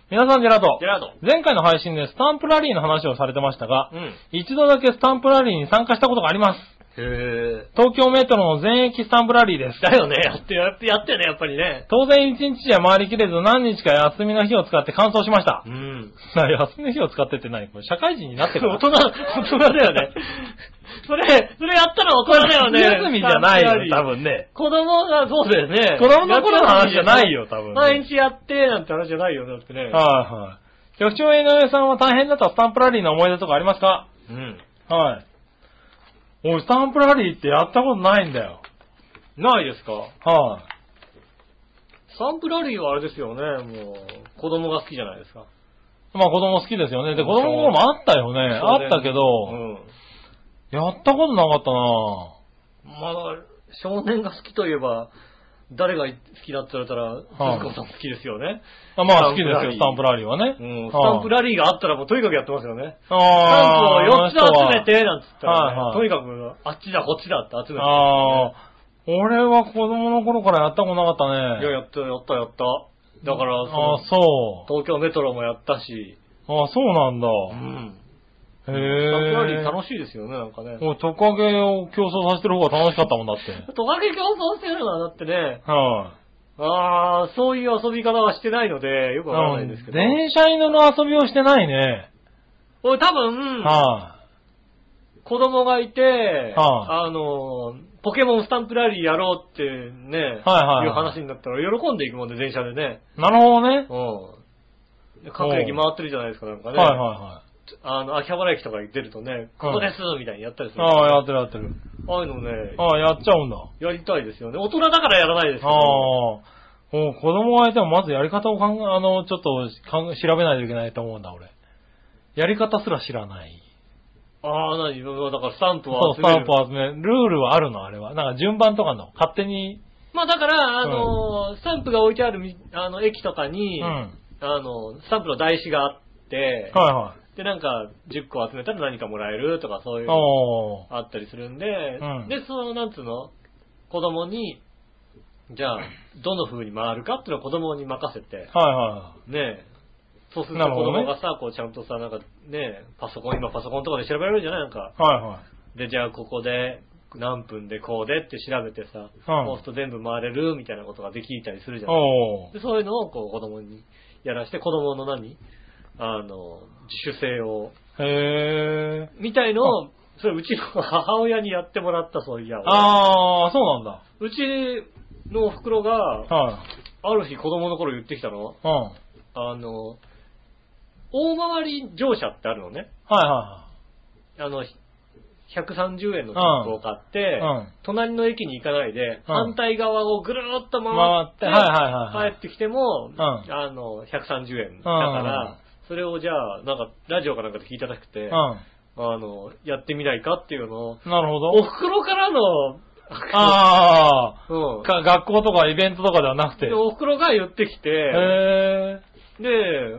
皆さん、ジェラート。 ジェラート。 前回の配信でスタンプラリーの話をされてましたが、一度だけスタンプラリーに参加したことがあります。東京メトロの全駅スタンプラリーです。 だよね。やってよね、やっぱりね。 当然一日じゃ回りきれず何日か休みの日を使って完走しました。休みの日を使ってって何これ社会人になってから大人だよね。それやったら大人だよね。 休みじゃないよね、多分ね。 子供がそうだよね。 子供の頃の話じゃないよ、多分、ね。 毎日やってなんて話じゃないよね、だってね。 はい。局長井上さんは大変だったスタンプラリーの思い出とかありますか？はい。俺、スタンプラリーってやったことないんだよ。 ないですか？ はい。 スタンプラリーはあれですよね、もう、子供が好きじゃないですか。 まあ子供好きですよね。で、子供の頃もあったよね。あったけど、やったことなかったなぁ。 まあ、少年が好きといえば、誰が好きだって言われたら、鈴子さん好きですよね。 まあ好きですよ、スタンプラリーはね。 スタンプラリーがあったらもうとにかくやってますよね。スタンプを4つ集めて、なんつったら、ね、とにかく、あっちだこっちだって集めて、ね。 俺は子供の頃からやったことなかったね。 いや、やった。だから、東京メトロもやったし。 そうなんだ。 スタンプラリー楽しいですよね、なんかね。 トカゲを競争させてる方が楽しかったもんだって。 トカゲ競争してるのはだってね。そういう遊び方はしてないので、よくわからないんですけど。 電車犬の遊びをしてないね。 俺多分、子供がいて、ポケモンスタンプラリーやろうってね、いう話になったら喜んでいくもんで、電車でね。 なるほどね。 各駅回ってるじゃないですか、なんかね。秋葉原駅とかに出るとね、ここですみたいにやったりする。 やってる。ああいうのね。 やっちゃうんだ。 やりたいですよね。大人だからやらないですけど。 子供がいてもまずやり方をちょっと調べないといけないと思うんだ、俺。やり方すら知らない。 だからスタンプを集める。そう、スタンプを集める。ルールはあるの、あれは。なんか順番とかの、勝手に。 まあだから、スタンプが置いてある、駅とかに、スタンプの台紙があって、で、なんか、10個集めたら何かもらえるとか、そういうのあったりするんで、で、なんつうの、子供に、じゃあ、どの風に回るかっていうのを子供に任せて、ねえ、そうすると子供がさ、こうちゃんとさ、なんかね、パソコンとかで調べられるじゃないなんか。で、じゃあここで、何分でこうでって調べてさ、そうすると全部回れるみたいなことができたりするじゃないで、そういうのをこう子供にやらして、子供の自主性を。みたいのを、それうちの母親にやってもらった、そういや。 そうなんだ。 うちのお袋が、ある日子供の頃言ってきたの。大回り乗車ってあるのね。130円の切符を買って、隣の駅に行かないで、反対側をぐるーっと回って、帰ってきても、130円だから、それをじゃあ、なんか、ラジオかなんかで聞いたらしくて、やってみないかっていうのを、 なるほど。 お袋からの、 学校とかイベントとかではなくて。 お袋が言ってきて、で、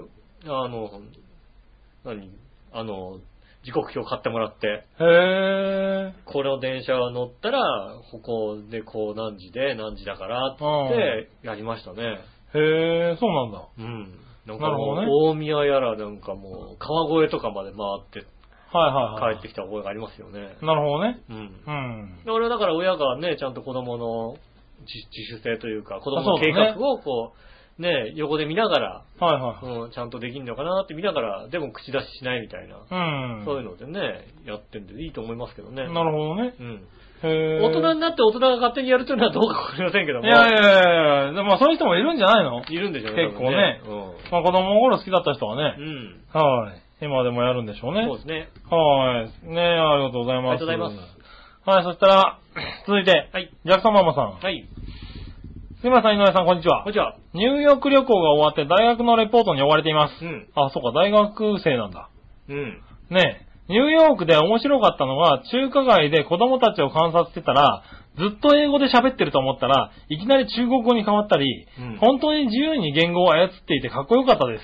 時刻表買ってもらって。これを電車が乗ったら、ここでこう何時で何時だからってやりましたね。 そうなんだ。 なんかもう、大宮やらなんかもう、川越とかまで回って、帰ってきた覚えがありますよね。 なるほどね。 俺はだから親がね、ちゃんと子供の自主性というか、子供の計画をこう、ね、横で見ながら、ちゃんとできんのかなって見ながら、でも口出ししないみたいな、そういうのでね、やってんでいいと思いますけどね。 なるほどね。 大人になって大人が勝手にやるというのはどうかわかりませんけども。 いや、でもそういう人もいるんじゃないの？ いるんでしょうね。 結構ね。子供の頃好きだった人はね。今でもやるんでしょうね。 そうですね。 ありがとうございます。 ありがとうございます。 そしたら、続いて、ジャクソンママさん。すいません、井上さん、こんにちは。 こんにちは。 ニューヨーク旅行が終わって大学のレポートに追われています。そうか、大学生なんだ。ねえ、ニューヨークで面白かったのが、中華街で子供たちを観察してたら、ずっと英語で喋ってると思ったら、いきなり中国語に変わったり、本当に自由に言語を操っていてかっこよかったです。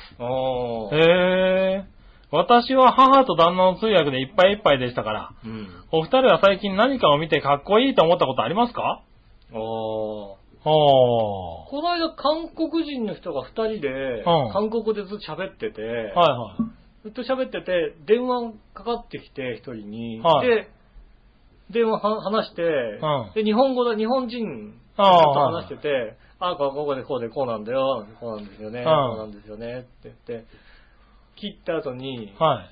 私は母と旦那の通訳でいっぱいいっぱいでしたから、 うん、 お二人は最近何かを見てかっこいいと思ったことありますか？ この間韓国人の人が2人で、韓国でずっと喋ってて、はいはい、ずっと喋ってて、電話かかってきて1人に、はい、で、電話話して、で、日本人と話してて、ここでこうでこうなんだよ、こうなんですよね、こうなんですよね、って言って、切った後に、はい、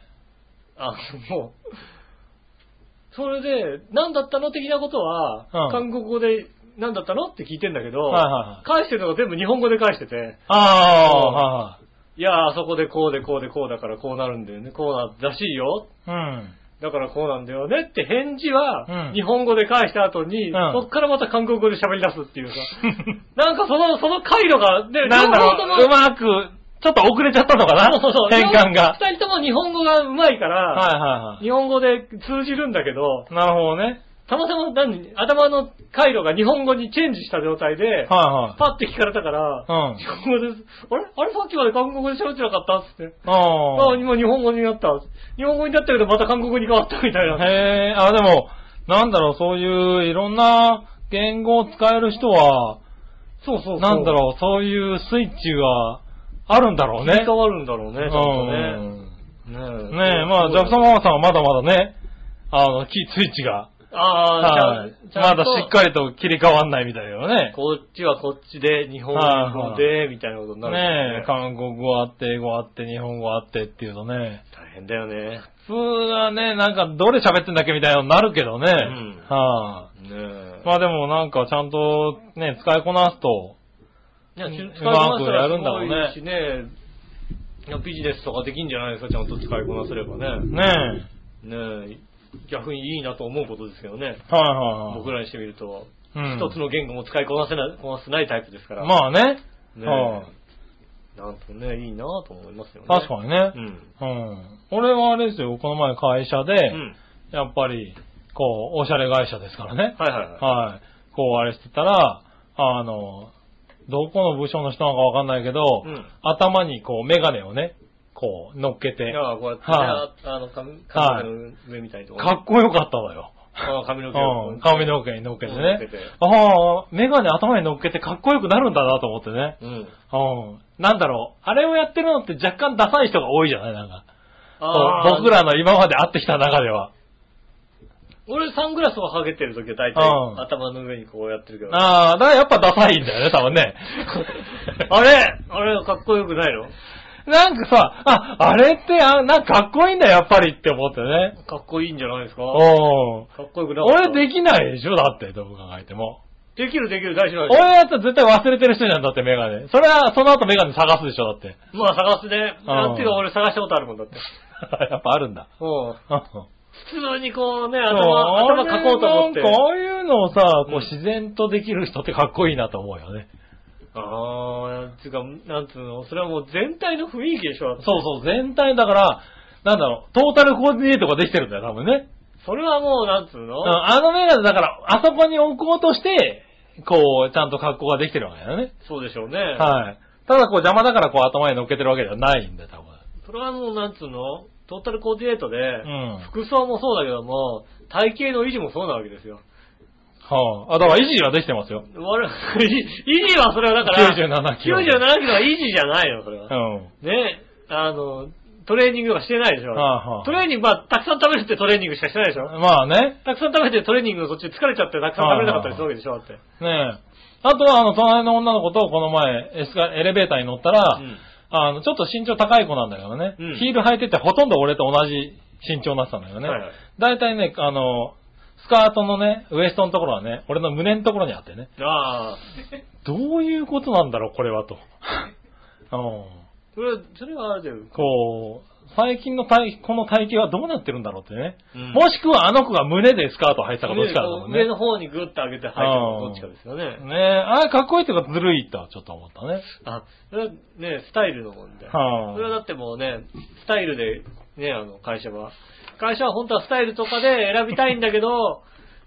もう、それで、何だったの的なことは、韓国語で何だったのって聞いてんだけど、はいはいはい、返してるのが全部日本語で返してて、いや、あそこでこうでこうでこうだからこうなるんだよね、こうならしいよ。だからこうなんだよねって返事は、日本語で返した後に、そっからまた韓国語で喋り出すっていうさ。なんかその回路が、 なんだろう、うまく、ちょっと遅れちゃったのかな、そう変換が。 二人とも日本語がうまいから、はいはいはい、日本語で通じるんだけど、 なるほどね。 たまたま頭の回路が日本語にチェンジした状態で、はいはい、パッて聞かれたから、日本語で、あれさっきまで韓国語で喋ってなかったっつって。今日本語になった。日本語になったけどまた韓国語に変わったみたいな。 へー、でも、なんだろう、そういういろんな言語を使える人は、そうなんだろう、そういうスイッチがあるんだろうね。 変わるんだろうね、ちゃんとね。 ねえ、まあ、ジャクソンママさんはまだまだね、スイッチが。はい。まだしっかりと切り替わんないみたいだよね。 こっちはこっちで、日本語で、みたいなことになるね。韓国語あって、英語あって、日本語あってっていうとね。 大変だよね。 普通はね、なんかどれ喋ってんだっけみたいなのになるけどね。まあでもなんかちゃんとね、使いこなすと、 うまくやるんだろうね。ビジネスとかできんじゃないですか、ちゃんと使いこなせればね。ねえ。逆にいいなと思うことですけどね。はい。僕らにしてみると、一つの言語も使いこなせないタイプですから。 まあね。 なんとね、いいなと思いますよね。 確かにね。俺はあれですよ、この前会社で、やっぱり、こう、おしゃれ会社ですからね。はい。こう、あれしてたら、どこの部署の人なのかわかんないけど、頭にこう、メガネをね、こう、乗っけて。 こうやって、髪の上みたいなところ。かっこよかったのよ。 髪の毛に乗っけてね。メガネ頭に乗っけてかっこよくなるんだなと思ってね。なんだろう、あれをやってるのって若干ダサい人が多いじゃないなんか。僕らの今まで会ってきた中では。 俺サングラスをかけてるときは大体頭の上にこうやってるけど。 だからやっぱダサいんだよね、多分ね。 あれかっこよくないの？ なんかさ、あれって、なんかかっこいいんだよ、やっぱりって思ってね。 かっこいいんじゃないですか？ かっこよくなかった。 俺できないでしょ、だって、どう考えても。 できる、大丈夫。 俺やったら絶対忘れてる人なんだって、メガネ。それは、その後メガネ探すでしょ、だって。 まあ探すね。なんていうか俺探したことあるもんだって。 やっぱあるんだ。 普通にこうね、頭かこうと思って。 こういうのをさ、こう自然とできる人ってかっこいいなと思うよね。 つうか、なんつうの、それはもう全体の雰囲気でしょ。 そう、全体だから、なんだろう、トータルコーディネートができてるんだよ、多分ね。 それはもう、なんつうの？ メガネだから、あそこに置こうとして、こう、ちゃんと格好ができてるわけだよね。 そうでしょうね。 はい。ただ、こう、邪魔だから、こう、頭に乗っけてるわけではないんだよ、多分。 それはもう、なんつうの？トータルコーディネートで、服装もそうだけども、体型の維持もそうなわけですよ。 だから維持はできてますよ。 維持はそれはだから、97キロは維持じゃないの、それは。ね、トレーニングとかしてないでしょ。トレーニング、たくさん食べるってトレーニングしかしてないでしょ。 まあね。 たくさん食べてトレーニングの途中疲れちゃってたくさん食べれなかったりするわけでしょ、だって。 ねえ。あとは、隣の女の子とこの前、エレベーターに乗ったら、ちょっと身長高い子なんだけどね。ヒール履いててほとんど俺と同じ身長になってたんだけどね。だいたいね、スカートのね、ウエストのところはね、俺の胸のところにあってね。どういうことなんだろう、これはと。 それはあれだよ。 こう、最近のこの体型はどうなってるんだろうってね。もしくはあの子が胸でスカート履いてたかどっちかだもんね。 上の方にグッと上げて履いてたかどっちかですよね。 ねかっこいいっていうかずるいとはちょっと思ったね。 それはね、スタイルのもんで。それはだってもうね、スタイルで、ね、会社は本当はスタイルとかで選びたいんだけど、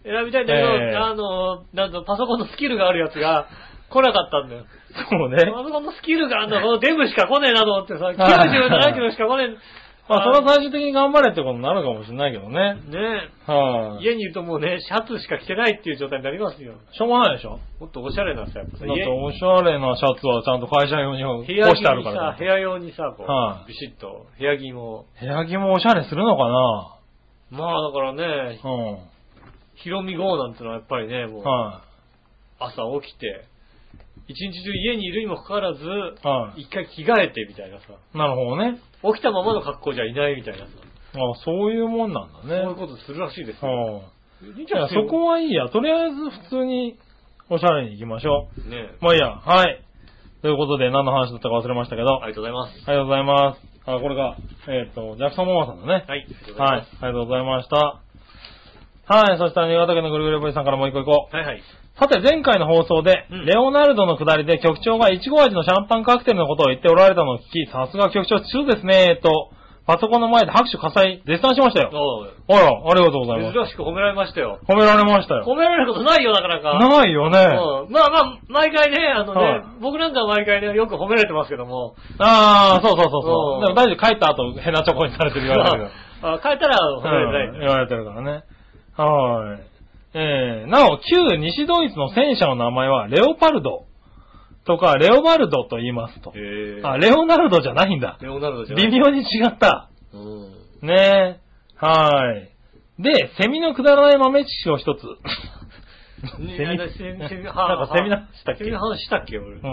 パソコンのスキルがあるやつが来なかったんだよ。 そうね。 パソコンのスキルがあるの、デブしか来ねえなと思ってさ、97キロしか来ねまあ、それは最終的に頑張れってことになるかもしれないけどね。 ねえ。はい、 家にいるともうね、シャツしか着てないっていう状態になりますよ。 しょうがないでしょ。 もっとおしゃれなさ、やっぱさ。 だっておしゃれなシャツはちゃんと会社用に干してあるから。 部屋用にさ、こう、 はい、 ビシッと、部屋着も。 部屋着もおしゃれするのかな。 まあだからね、ヒロミ号なんてのはやっぱりね、もう、朝起きて、一日中家にいるにもかかわらず、一回着替えてみたいなさ。 なるほどね。 起きたままの格好じゃいないみたいなさ。 あ、そういうもんなんだね。そういうことするらしいですよ。 じゃあそこはいいや。とりあえず普通におしゃれに行きましょう。 ねえ。 まあいいや。はい。ということで何の話だったか忘れましたけど。 ありがとうございます。 ありがとうございます。あ、これが、ジャクソンママさんだね。 はい。 はい。ありがとうございました。はい。そしたら新潟県のぐるぐるおじさんからもう一個行こう。 はいはい。 さて前回の放送で、レオナルドの下りで局長がイチゴ味のシャンパンカクテルのことを言っておられたのを聞き、さすが局長通ですねと、パソコンの前で拍手喝采、絶賛しましたよ。あら、ありがとうございます。 珍しく褒められましたよ。 褒められましたよ。 褒められることないよ、なかなか。 ないよね。 まあ、毎回ね、僕なんかは毎回ね、よく褒められてますけども。 ああ、そう。でも大丈夫、帰った後、ヘナチョコにされてる言われてるけど。帰ったら褒められてない。 言われてるからね。はい。なお、旧西ドイツの戦車の名前は、レオパルドとか、レオバルドと言いますと。あ、レオナルドじゃないんだ。 レオナルドじゃない。 微妙に違った。ねえ。はい。で、セミのくだらない豆知識を一つ。 セミなんかセミの話したっけ？セミの話したっけ俺。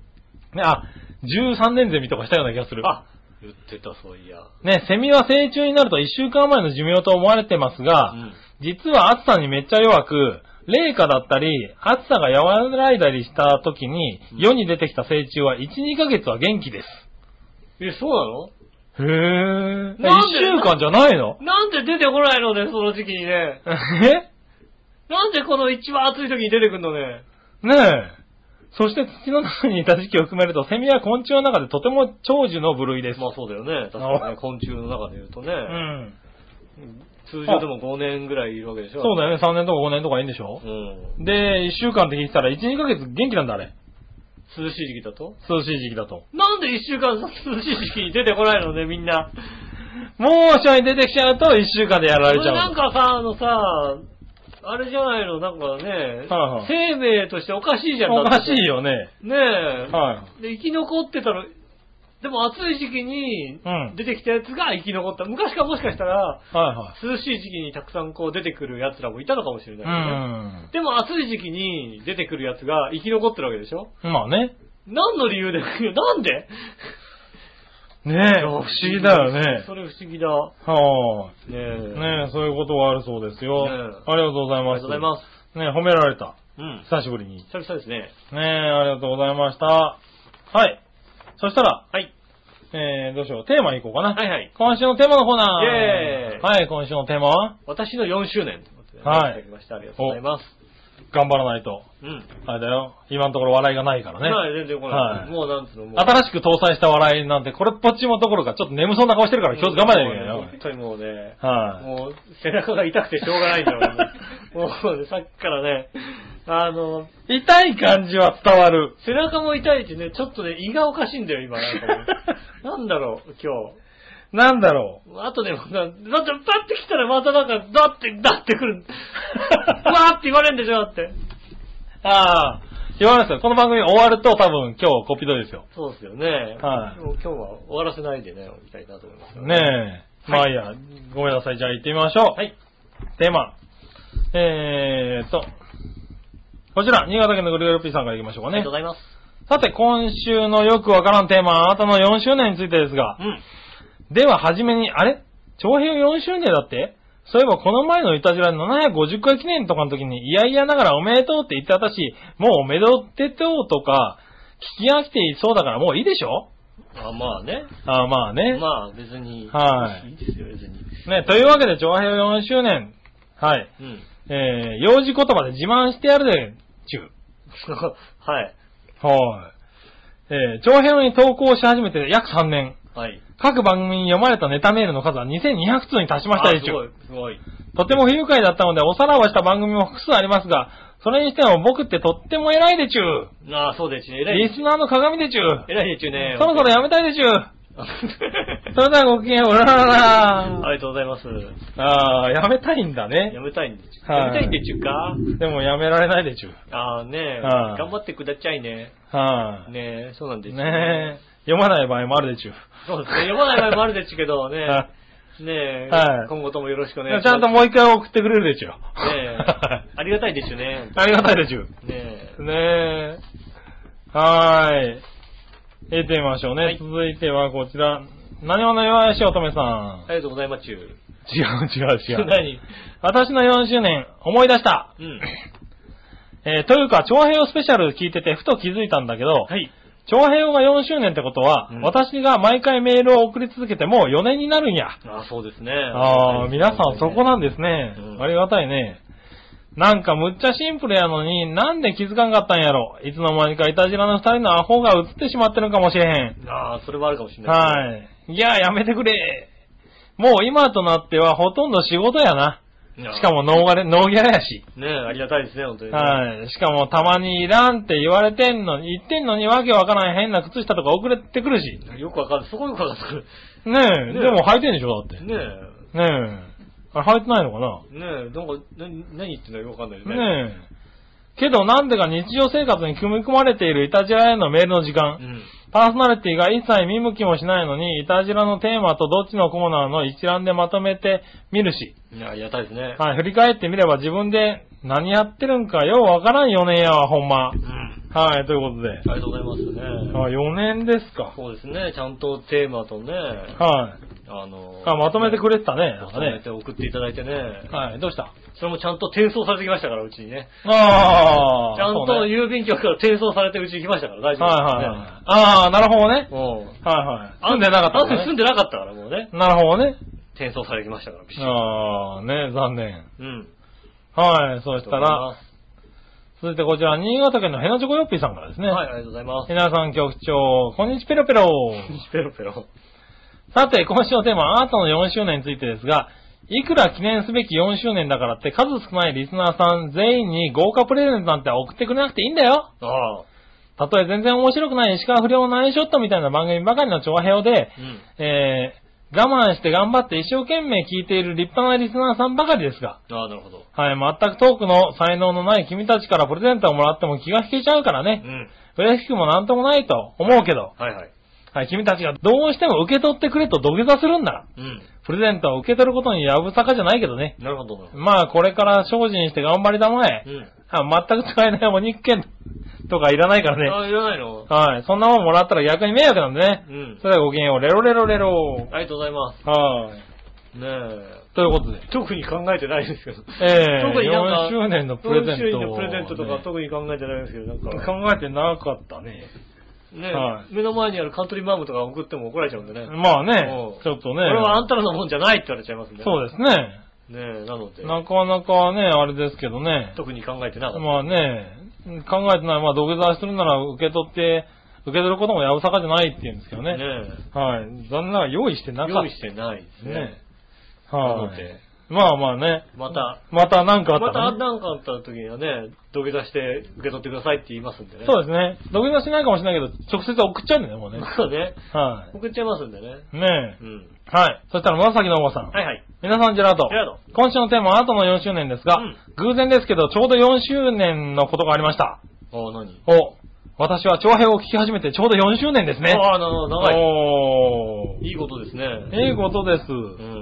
13年ゼミとかしたような気がする。 あ、言ってた、そういや。 ね、セミは成虫になると1週間前の寿命と思われてますが、実は暑さにめっちゃ弱く、冷夏だったり、暑さが和らいだりした時に、世に出てきた成虫は1、2ヶ月は元気です。 そうなの？ へぇー。1週間じゃないの？ なんで出てこないのね、その時期にね。なんでこの一番暑い時に出てくんのね。 ねえ。そして土の中にいた時期を含めると、セミは昆虫の中でとても長寿の部類です。 まあそうだよね。確かにね、昆虫の中で言うとね。通常でも5年ぐらいいるわけでしょ。 そうだよね。3年とか5年とかいいんでしょ。で、1週間って聞いてたら1、2ヶ月元気なんだ、あれ。 涼しい時期だと？ 涼しい時期だと。 なんで1週間涼しい時期に出てこないのね、みんな。 猛暑に出てきちゃうと1週間でやられちゃう。 なんかさ、あれじゃないの、なんかね、生命としておかしいじゃん。 おかしいよね。 ねえ。で、生き残ってたら、でも暑い時期に出てきたやつが生き残った。昔からもしかしたら、涼しい時期にたくさんこう出てくるやつらもいたのかもしれないよね。でも暑い時期に出てくるやつが生き残ってるわけでしょ？ まあね。 何の理由でなんで？ ねえ、不思議だよね。 それ不思議だ。 ねえ、そういうことがあるそうですよ。ありがとうございます。 ありがとうございます。 ねえ、褒められた。久しぶりに。 久々ですね。 ねえ、ありがとうございました。はい。そしたら、どうしよう。テーマいこうかな。今週のテーマのコーナー。はい、今週のテーマは私の4周年ということで、いただきました。ありがとうございます。 頑張らないと。あれだよ。今のところ笑いがないからね。 全然来ない。もうなんつうの。 新しく搭載した笑いなんて、これっぽっちもどころか、ちょっと眠そうな顔してるから、今日頑張らないといけないよ。 本当にもうね、もう背中が痛くてしょうがないんだよね。もうね、さっきからね、 痛い感じは伝わる。 背中も痛いしね、ちょっとね、胃がおかしいんだよ、今。なんだろう、今日。 なんだろう。あとね、だってパッて来たらまたなんか、だって来る。うわーって言われるんでしょ、だって。 ああ、言われますよ。この番組終わると多分今日コピドですよ。 そうですよね。 はい。 今日は終わらせないでね、おきたいなと思います。 ねえ。まあいいや、ごめんなさい。じゃあ行ってみましょう。はい。テーマ。こちら、新潟県のぐるぐるピーさんから行きましょうかね。 ありがとうございます。 さて、今週のよくわからんテーマ、あなたの4周年についてですが。では、はじめに、あれ？長平4周年だって？そういえばこの前のイタジラ750回記念とかの時に、いやいやながらおめでとうって言ってたし、もうおめでとうとか、聞き飽きていそうだからもういいでしょ？ まあね。 まあね。 まあ別に。 はい。 いいですよ、別に。 ね、というわけで、長平4周年。はい。幼児言葉で自慢してやるで、ちゅう。 はい。 長平に投稿し始めて約3年。 はい。 各番組に読まれたネタメールの数は2200通に達しましたでちゅう。 すごい。 とても不愉快だったので、おさらばした番組も複数ありますが、それにしても僕ってとっても偉いでちゅう。 そうでちゅう。 リスナーの鏡でちゅう。 偉いでちゅうね。 そろそろやめたいでちゅう。 それではごきげんよう、うららら。 ありがとうございます。 ああ、やめたいんだね。 やめたいんでちゅ。 はいやめたいんでちゅか。 でもやめられないでちゅ。 ああねえ、 はい頑張ってくだちゃいね。 はい。 ねえ、そうなんですよねえ。読まない場合もあるでちゅ。 そうですね。読まない場合もあるでちゅけどね。 はねえ、 はい今後ともよろしくお願いします。 ちゃんともう一回送ってくれるでちゅ。 ねえ、ありがたいでちゅね。 ありがたいでちゅ。 ねえ。 ねえ。はーい。行ってみましょうね。 はい続いてはこちら。何話の弱し乙女さん。 ありがとうございますちゅ。 違う。 何私の4周年、思い出した。 うん。 というか、長平をスペシャル聞いててふと気づいたんだけど、 はい。 長平が4周年ってことは、 うん私が毎回メールを送り続けてもう4年になるんや。 ああ、そうですね。 ああ、皆さんそこなんですね。 うんありがたいね。なんかむっちゃシンプルやのに、なんで気づかんかったんやろ。いつの間にかイタジラの2人のアホが映ってしまってるかもしれへん。 ああ、それはあるかもしれないですね。 はい。いや、やめてくれ。もう今となってはほとんど仕事やな。しかもノーギャラやし。 ねえ、ありがたいですね、本当に、ね。 はい。しかもたまにいらんって言われてんのに、言ってんのにわけわからん変な靴下とか送れてくるし。 よくわかる。そこよくわかる。 ねえ、 ねえでも履いてんでしょだって。 ねえ。 ねえ。あれ履いてないのかなねえ、なんか、何言ってんのかよくわかんないですね。 ねえ。けどなんでか日常生活に組み込まれているイタジラへのメールの時間。 うん。 パーソナリティが一切見向きもしないのに、イタジラのテーマとどっちのコーナーの一覧でまとめてみるし。 いや、ありがたいですね。 はい、振り返ってみれば自分で何やってるんかようわからん4年やわ、ほんま。 うん。 はい、ということで。 ありがとうございますね。 あ、4年ですか。 そうですね、ちゃんとテーマとね、 はい。 あまとめてくれてたね。なんまとめかね。 て送っていただいてね。 はい、どうしたそれもちゃんと転送されてきましたから、うちにね。 ああ。 ちゃんとそうね郵便局から転送されてうちに来ましたから、大丈夫です、ね。 はいはいはい。ああ、なるほどね。 うん。 はいはい。住んでなかったあんからね。 た住んでなかったから、もうね。 なるほどね。 転送されてきましたから、ビシッああ、ね、残念。 うん。 はい、そうしたあら、続いてこちら、新潟県のヘナチョコヨッピーさんからですね。 はい、ありがとうございます。 ヘナさん局長、こんにちペロペロ。 ペロペロ。 さて、今週のテーマ、アートの4周年についてですが、いくら記念すべき4周年だからって数少ないリスナーさん全員に豪華プレゼントなんて送ってくれなくていいんだよ。 ああ。 たとえ全然面白くない石川不良ナインショットみたいな番組ばかりの長編で、我慢して頑張って一生懸命聞いている立派なリスナーさんばかりですが、 ああ、なるほど。 はい、全くトークの才能のない君たちからプレゼントをもらっても気が引けちゃうからね。 うん。 嬉しくもなんともないと思うけど、 はいはい。 はい、君たちがどうしても受け取ってくれと土下座するんなら、 うん。 プレゼントを受け取ることにやぶさかじゃないけどね。 なるほど。 まあ、これから精進して頑張りたまえ。 うん。 全く使えないお肉券とかいらないからね。 ああ、いらないのはい。そんなもんもらったら逆に迷惑なんでね。 うん。 それではごきげんよう。レロレロレロ。 ありがとうございます。 はい。 ねえ。 ということで。 特に考えてないですけど。 特になんか4周年のプレゼント。 4周年のプレゼントとか特に考えてないですけど、なんか。 考えてなかったね。 ねえ、 はい、 目の前にあるカントリーマームとか送っても怒られちゃうんでね。 まあね、ちょっとね。これはあんたらのもんじゃないって言われちゃいますんで、ね。 そうですね。 ねえ、なので。 なかなかね、あれですけどね。 特に考えてなかった。 まあね、考えてない。まあ土下座するなら受け取ることもやぶさかじゃないって言うんですけどね。 ねえ。はい。残念ながら用意してなかった。 用意してないですね。 はい、まあまあね。 また何かあったら、ね。 また何かあった時にはね、土下座して受け取ってくださいって言いますんでね。 そうですね。土下座しないかもしれないけど、直接送っちゃうんだよね、もうね。 そうね。 はい。 送っちゃいますんでね。 ねえ。 うん。 はい。そしたら紫のおばさん。 はいはい。 皆さんジェラート。 ジェラート。 今週のテーマはアートの4周年ですが、偶然ですけど、ちょうど4周年のことがありました。 何？ 私は長編を聞き始めてちょうど4周年ですね。 ああ、なるほど、長い。 いいことですね。 いいことです。うん。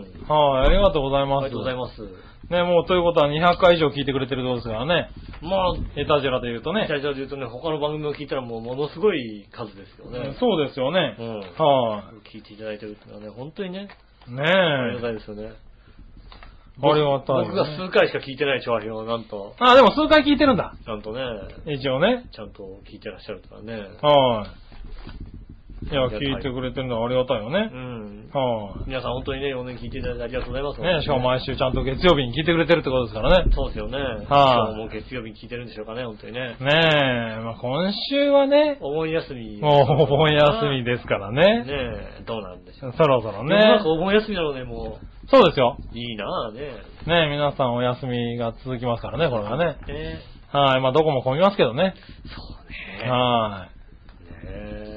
はい、ありがとうございます。 ありがとうございます。 ね、もうということは200回以上聞いてくれてるそうですからね。 まあ、 エタジェラで言うとね。 エタジェラで言うとね、他の番組を聞いたらもうものすごい数ですよね。 そうですよね。 うん。 はい、 聞いていただいてるってのはね、本当にね。 ねえ。 ありがたいですよね。 ありがたい、ね。 僕が数回しか聞いてない調和表をなんと。 でも数回聞いてるんだ。 ちゃんとね。 一応ね。 ちゃんと聞いてらっしゃるからね。 はい。いや、聞いてくれてるのはありがたいよね。 うん。 はい。 皆さん本当にね、4年聞いていただいてありがとうございます。 ね、しかも毎週ちゃんと月曜日に聞いてくれてるってことですからね。 そうですよね。 はい。 今日も月曜日に聞いてるんでしょうかね、本当にね。 ねえ、まあ今週はね。 お盆休み。 もうお盆休みですからね。 ねえ、どうなんでしょう。 そろそろね。 なんかお盆休みなので、もう。 そうですよ。 いいなぁね。 ねえ、皆さんお休みが続きますからね、これはね。はい、まあどこも混みますけどね。 そうね。 はい。 ねえ。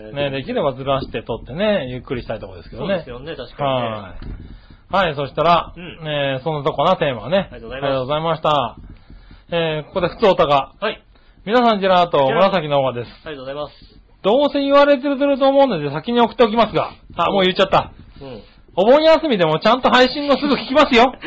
ね、できればずらして撮ってね、ゆっくりしたいところですけどね。 そうですよね、確かにね。 はい、そしたら、そんなとこな、テーマはね。 ありがとうございました。ここでふつおたが。 はい。 皆さん、ジェラート、紫のオーバです。 ありがとうございます。 どうせ言われてると思うので先に送っておきますが。もう言っちゃった。お盆休みでもちゃんと配信後すぐ聞きますよ。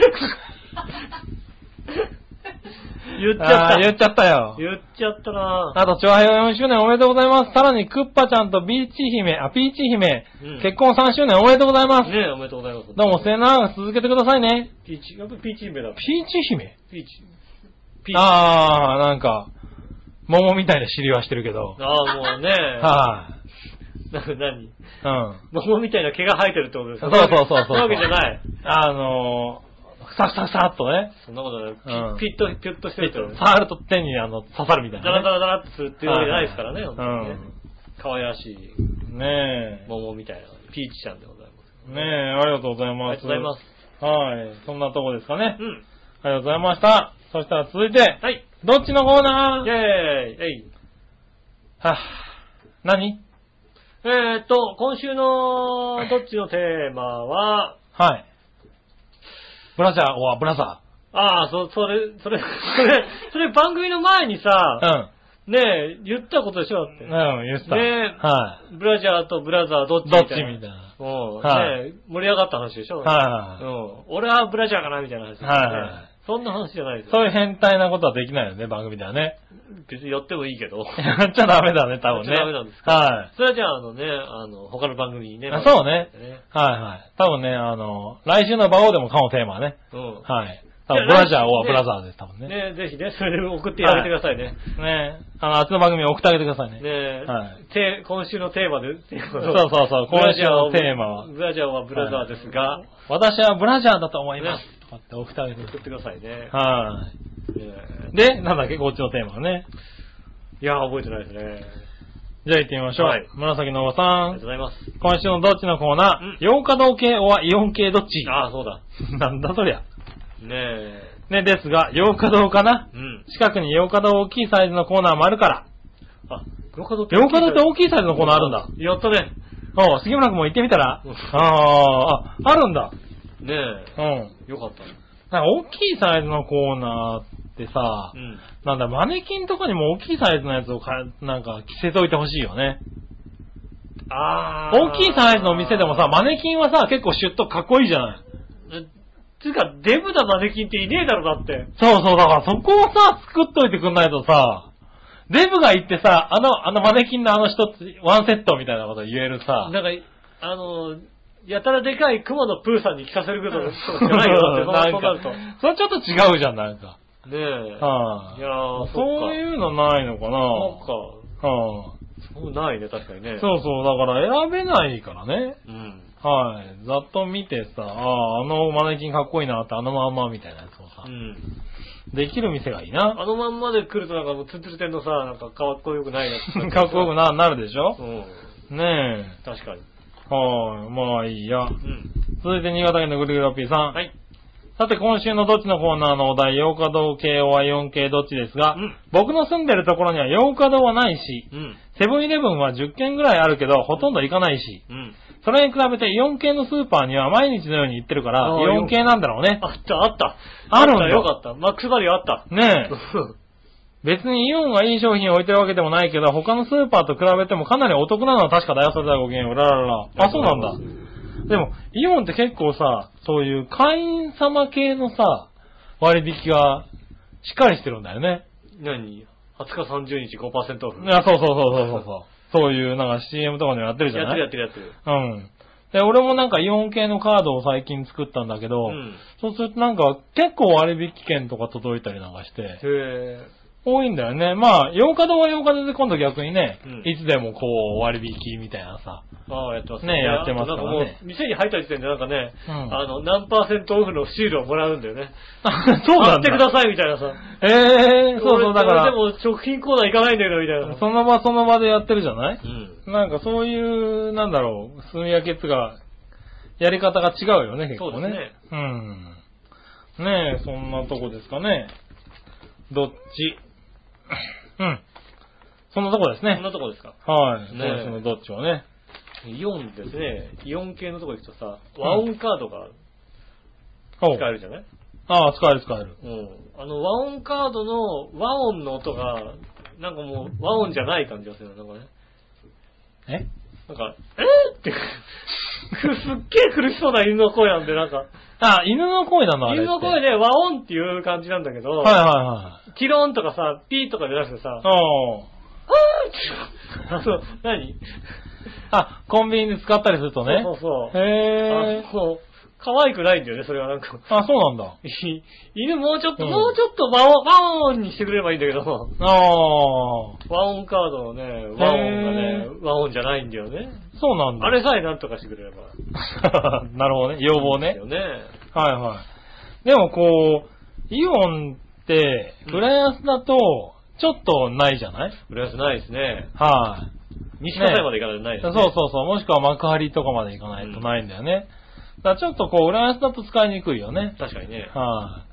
言っちゃった。 言っちゃったよ。 言っちゃったなぁ。 あと、調和4周年おめでとうございます。さらに、クッパちゃんとピーチ姫、結婚3周年おめでとうございます。 ねえ、おめでとうございます。 どうも、末永く続けてくださいね。 ピーチ姫だ。ピーチ姫ピーチ。 なんか、桃みたいな尻はしてるけど。 もうね。何桃みたいな毛が生えてるってことですか？ そう。 そういうわけじゃない。 ふさっとね。 そんなことない。ピュッとしてると。 触ると手に刺さるみたいな。 ダラダラってするっていうわけじゃないですからね、本当にね。可愛らしい。 ねえ。 桃みたいな。ピーチちゃんでございます。 ねえ、ありがとうございます。 ありがとうございます。 はい。そんなとこですかね。 ありがとうございました。そしたら続いて。 はい。 どっちのコーナー？ イェーイ。 何？ 今週のどっちのテーマは、 はい。ブラジャーはブラザー。それ番組の前にさ、ねえ、言ったことでしょだって。 言ってた。 ねえ、 はい。 ブラジャーとブラザーどっちみたいな。 みたいな。 ねえ、盛り上がった話でしょ俺はブラジャーかなみたいな話ですね。そんな話じゃないですよ。 そういう変態なことはできないよね、番組ではね。 別にやってもいいけど。 やっちゃダメだね、多分ね。 やっちゃダメなんですか。はい。それはじゃあ他の番組にね。 そうね。はい。多分ね、来週の馬王でもかもテーマはね。はい。多分ブラジャーはブラザーです、多分ね。 ねぜひね、それで送ってあげてくださいね。 ねあっちの番組に送ってあげてくださいね。 今週のテーマで。 そう、今週のテーマは。 ブラジャーはブラザーですが。 私はブラジャーだと思います。とかって送ってあげてくださいね。 はい。で、なんだっけ、こっちのテーマはね。 いや、覚えてないですね。 じゃあ行ってみましょう。はい。紫のおばさん。 ありがとうございます。 今週のどっちのコーナー。洋華堂系はイオン系どっち？ そうだ。 なんだそりゃ。 ねですが、洋華堂かな？近くに洋華堂大きいサイズのコーナーもあるから。洋華堂って大きいサイズのコーナーあるんだ。 やったね。 杉村くんも行ってみたら？あるんだ。 ねえ。よかったね。 大きいサイズのコーナーってさ、なんだ、マネキンとかにも大きいサイズのやつをなんか着せといてほしいよね。大きいサイズの店でもさ、マネキンはさ、結構シュッとかっこいいじゃない。 つうか、デブなマネキンっていねえだろ、だって。 そう、だからそこをさ、作っといてくんないとさ、デブが言ってさ、あのマネキンの一つ、ワンセットみたいなこと言えるさ。 なんか、やたらでかい雲のプーさんに聞かせることじゃないよ、だってそうなると。 それちょっと違うじゃん、なんか。 ねえ。 いやそういうのないのかな。 そうないね、確かにね。 そう、だから選べないからね。はい。ざっと見てさ、マネキンかっこいいなって、あのまんまみたいなやつをさ、できる店がいいな。 あのまんまで来るとなんかもうツンツルテンのさ、なんかかっこよくないなかっこよくなるでしょ？ねえ。 確かに。 まあいいや。続いて新潟県のぐるぐるおっぴーさん。はい。さて今週のどっちのコーナーのお題、洋華堂系はイオン系どっちですが、僕の住んでるところには洋華堂はないし、セブンイレブンは10軒ぐらいあるけど、ほとんど行かないし、それに比べてイオン系のスーパーには毎日のように行ってるから、イオン系なんだろうね。 あった。 あるんだ。 よかった。マックスバリューあった。 ねえ。別にイオンがいい商品を置いてるわけでもないけど、他のスーパーと比べてもかなりお得なのは確かだよ。それではごきげんよう。そうなんだ。でも、イオンって結構さ、そういう会員様系のさ、割引がしっかりしてるんだよね。 何？ 20日30日 5% オフ。 いや、そう。そういうなんか CM とかでもやってるじゃない？ やってる。 で、俺もなんかイオン系のカードを最近作ったんだけど、そうするとなんか結構割引券とか届いたりなんかして、多いんだよね。まあ、洋華堂は洋華堂で今度逆にね、いつでもこう割引みたいなさ。 やってますね。やってますからね。 なんかもう、店に入った時点でなんかね、何%オフのシールをもらうんだよね。 そうなんだ。 買ってくださいみたいなさ。 そう、だから。 でも食品コーナー行かないんだけどみたいな。 その場でやってるじゃない？なんかそういう、なんだろう、炭焼きつが、やり方が違うよね、結構ね。 そうですね。 ねえ、そんなとこですかね。どっち？ そんなとこですね。 そんなとこですか。 はい。 ねえ。 そのどっちもね。 イオンですね。イオン系のとこ行くとさ、和音カードが使えるじゃない？ ああ、使える。 うん。和音カードの和音の音が、なんかもう和音じゃない感じがするなんかね。なんか、って、すっげえ苦しそうな犬の声なんで、なんか。 あ、犬の声なのあれ。 犬の声で和音っていう感じなんだけど、 はい。 キロンとかさ、ピーとかで出してさ、何？ コンビニで使ったりするとね。 そう。 へぇそう。可愛くないんだよね、それはなんか。 あ、そうなんだ。 犬もうちょっと和音にしてくれればいいんだけど。和音カードのね、和音がね、和音じゃないんだよね。 そうなんだ。 あれさえなんとかしてくれれば。 なるほどね。要望ね。 ですよね。 はい。でもこう、イオンって、浦安だと、ちょっとないじゃない？ 浦安ないですね。 はい。 西葛西まで行かないとないですね。 そう。もしくは幕張とかまで行かないとないんだよね。だからちょっとこう、浦安だと使いにくいよね。 確かにね。 はい。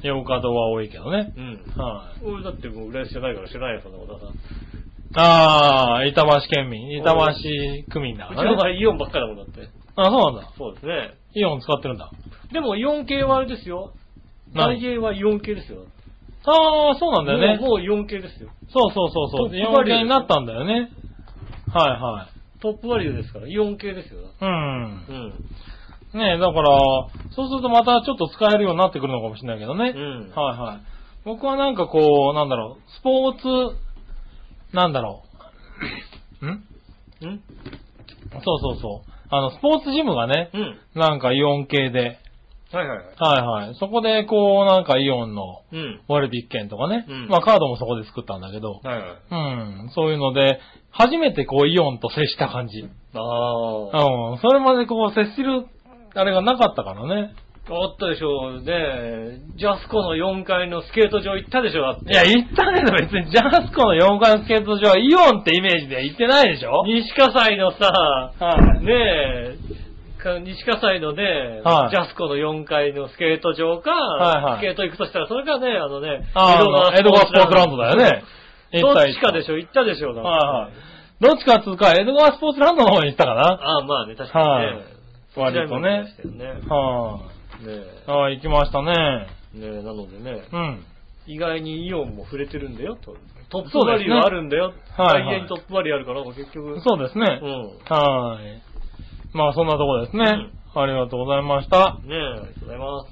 洋華堂は多いけどね。 はい。俺だってもう浦安じゃないから知らないよ、そんなことはさ。 板橋県民。板橋区民だからね。 うちの場合イオンばっかだもんだって。 あ、そうなんだ。 そうですね。 イオン使ってるんだ。 でもイオン系はあれですよ。大芸はイオン系ですよ。 そうなんだよね。 もうイオン系ですよ。 そう。イオン系になったんだよね。はい。 トップバリューですから、イオン系ですよ。 ねえ、だから、そうするとまたちょっと使えるようになってくるのかもしれないけどね。はい。僕はなんかこう、スポーツ、そう。スポーツジムがね、なんかイオン系で。はい。そこでこう、なんかイオンの割引券とかね。カードもそこで作ったんだけど。そういうので、初めてこうイオンと接した感じ。それまでこう接する、あれがなかったからね。 あったでしょうね。ジャスコの4階のスケート場行ったでしょ、だって。 いや、行ったけど別にジャスコの4階のスケート場はイオンってイメージで行ってないでしょ？ 西葛西のさ、西葛西のね、ジャスコの4階のスケート場か、スケート行くとしたら、それがね、 江戸川スポーツランドだよね。 どっちかでしょ、行ったでしょ、だって。どっちかっつうか、江戸川スポーツランドの方に行ったかな。 まあね、確かにね。 割とね。行きましたね。 なのでね、意外にイオンも触れてるんだよ、と。トップバリューあるんだよ。大変トップバリューあるから、結局。 そうですね。まあそんなところですね。ありがとうございました。 ありがとうございます。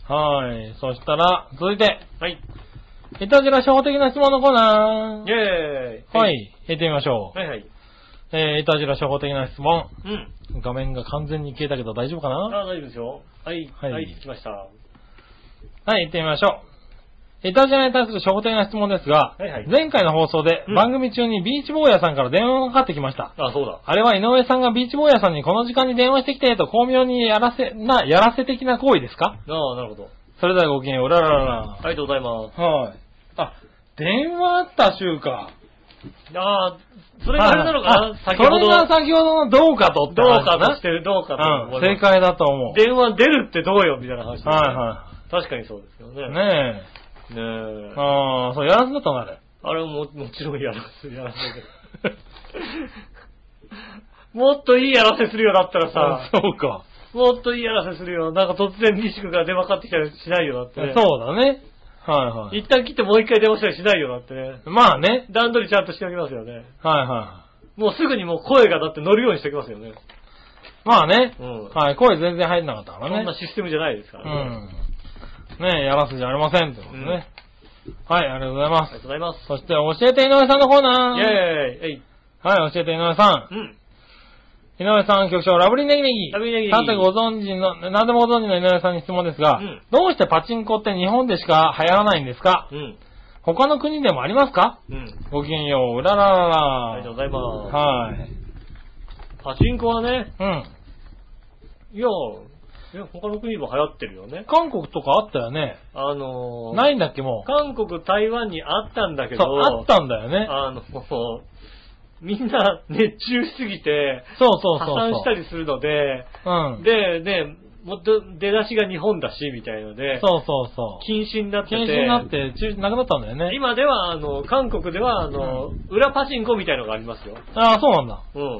そしたら、続いて。 いたじら初歩的な質問のコーナー。 イェーイ。 行ってみましょう。いたじら初歩的な質問。画面が完全に消えたけど大丈夫かな？ 大丈夫ですよ。来ました。 行ってみましょう。いたじらに対する初歩的な質問ですが、前回の放送で番組中にビーチ坊やさんから電話がかかってきました。 そうだ。 あれは井上さんがビーチ坊やさんにこの時間に電話してきてと巧妙にやらせ的な行為ですか？ なるほど。 それではごきげんよう、らららら。 ありがとうございます。 電話あった週か。 それがあれなのかな？ それが先ほどのどうかとって話だな。 どうかと。 正解だと思う。 電話出るってどうよみたいな話。確かにそうですよね。 ねえ。そう、やらせだったのあれ。 あれもちろんやらせで。もっといいやらせするよだったらさ。 そうか。 もっといいやらせするよ。なんか突然西区から電話かかってきたりしないよだってね。 そうだね。 一旦切ってもう一回電話したりしないよだってね。 まあね。 段取りちゃんとしておきますよね。 もうすぐにもう声がだって乗るようにしておきますよね。 まあね。声全然入んなかったからね。 そんなシステムじゃないですからね。 ねえ、やらせじゃありませんってことね。ありがとうございます。 ありがとうございます。 そして、教えて井上さんのコーナー。 イェーイ。 教えて井上さん。井上さん、局長、ラブリーネギネギ。さて何でもご存知の井上さんに質問ですが、どうしてパチンコって日本でしか流行らないんですか？他の国でもありますか？ごきげんよう、うらららら。 ありがとうございます。パチンコはね、いや、他の国も流行ってるよね。 韓国とかあったよね。ないんだっけもう。 韓国、台湾にあったんだけど。 そう、あったんだよね。 みんな熱中しすぎて、 そう。 破産したりするので、 もっと出だしが日本だし、みたいので、 そうそうそう。 禁止になってて。 禁止になって、なくなったんだよね。 今では、韓国では、裏パチンコみたいのがありますよ。 ああ、そうなんだ。 うん。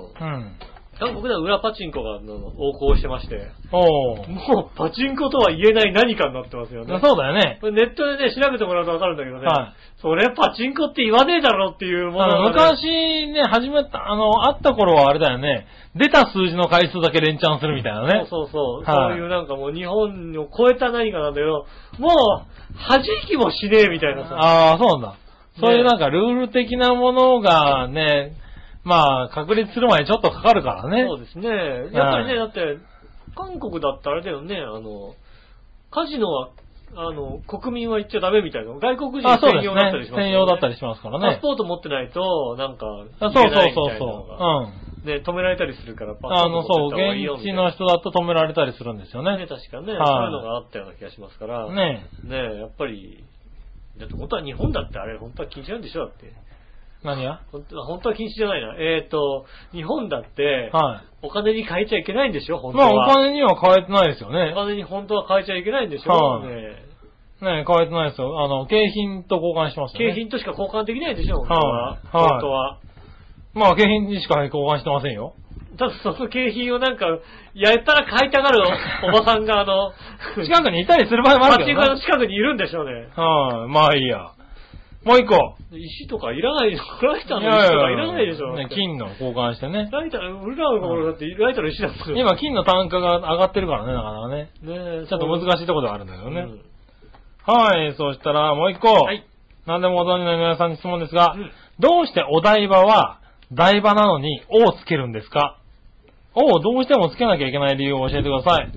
韓国では裏パチンコが横行してまして。もうパチンコとは言えない何かになってますよね。 そうだよね。 ネットでね、調べてもらうとわかるんだけどね。はい。それパチンコって言わねえだろっていうものが、ね。 昔ね、始めた、あった頃はあれだよね。出た数字の回数だけ連チャンするみたいなね。 そう。そういうなんかもう日本を超えた何かなんだけど、もう、弾きもしねえみたいなさ。 ああ、そうなんだ。そういうなんかルール的なものがね、まあ、確立する前にちょっとかかるからね。 そうですね。やっぱりね、だって、韓国だったらあれだよね、カジノは、国民は行っちゃダメみたいな。外国人専用だったりします、ね。 専用だったりしますからね。 パスポート持ってないと、なんか、 そう。 ね、止められたりするから、 パスポートそう、現地の人だと止められたりするんですよね。 ね、確かね、そういうのがあったような気がしますから。 ねやっぱり、だって本当は日本だってあれ、本当は禁止なんでしょ、だって。 何や本当は禁止じゃないな。日本だって、お金に変えちゃいけないんでしょ、本当は。 まあ、お金には変えてないですよね。 お金に本当は変えちゃいけないんでしょ、 ねえ、変えてないですよ。景品と交換しますよね。 景品としか交換できないでしょ、本当は。本当は。 まあ、景品にしか交換してませんよ。 ただその景品をなんか、やったら買いたがるおばさんが近くにいたりする場合もあるけどね。 パチンコの近くにいるんでしょうね。 まあいいや。もう一個。 石とかいらないでしょ。ライターの石とかいらないでしょ。 ね、金の交換してね。 ライター、俺らのところだってライターの石だった今金の単価が上がってるからね、なかなかね。ちょっと難しいところではあるんだけどね。はい、そしたらもう一個。はい。何でもご存知の皆さんに質問ですが、どうしてお台場は台場なのに「お」をつけるんですか？「お」をどうしてもつけなきゃいけない理由を教えてください。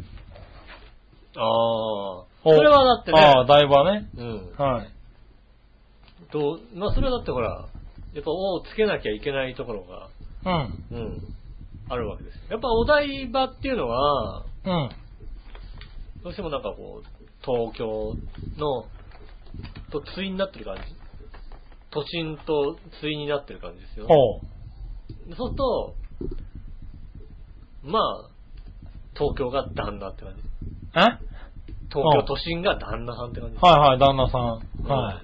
それはだってね。 台場ね。はい。 まあ、それはだってほら、やっぱ「お」をつけなきゃいけないところが、あるわけです。やっぱお台場っていうのは、どうしてもなんかこう、東京の、と対になってる感じ。都心と対になってる感じですよね。そうすると、まあ、東京が旦那って感じ。東京都心が旦那さんって感じ。 はい、旦那さん。はい。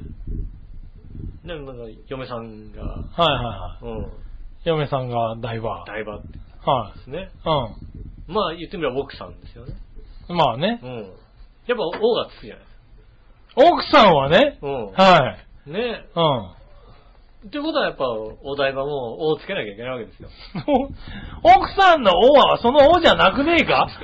で、なんか、嫁さんが。 はい。嫁さんが台場。 台場って。ですね。まあ、言ってみれば奥さんですよね。 まあね。 やっぱ、O がつくじゃないですか。 奥さんはね。はい。 ね。ってことはやっぱ、お台場も O つけなきゃいけないわけですよ。 奥さんの O はその O じゃなくねえか？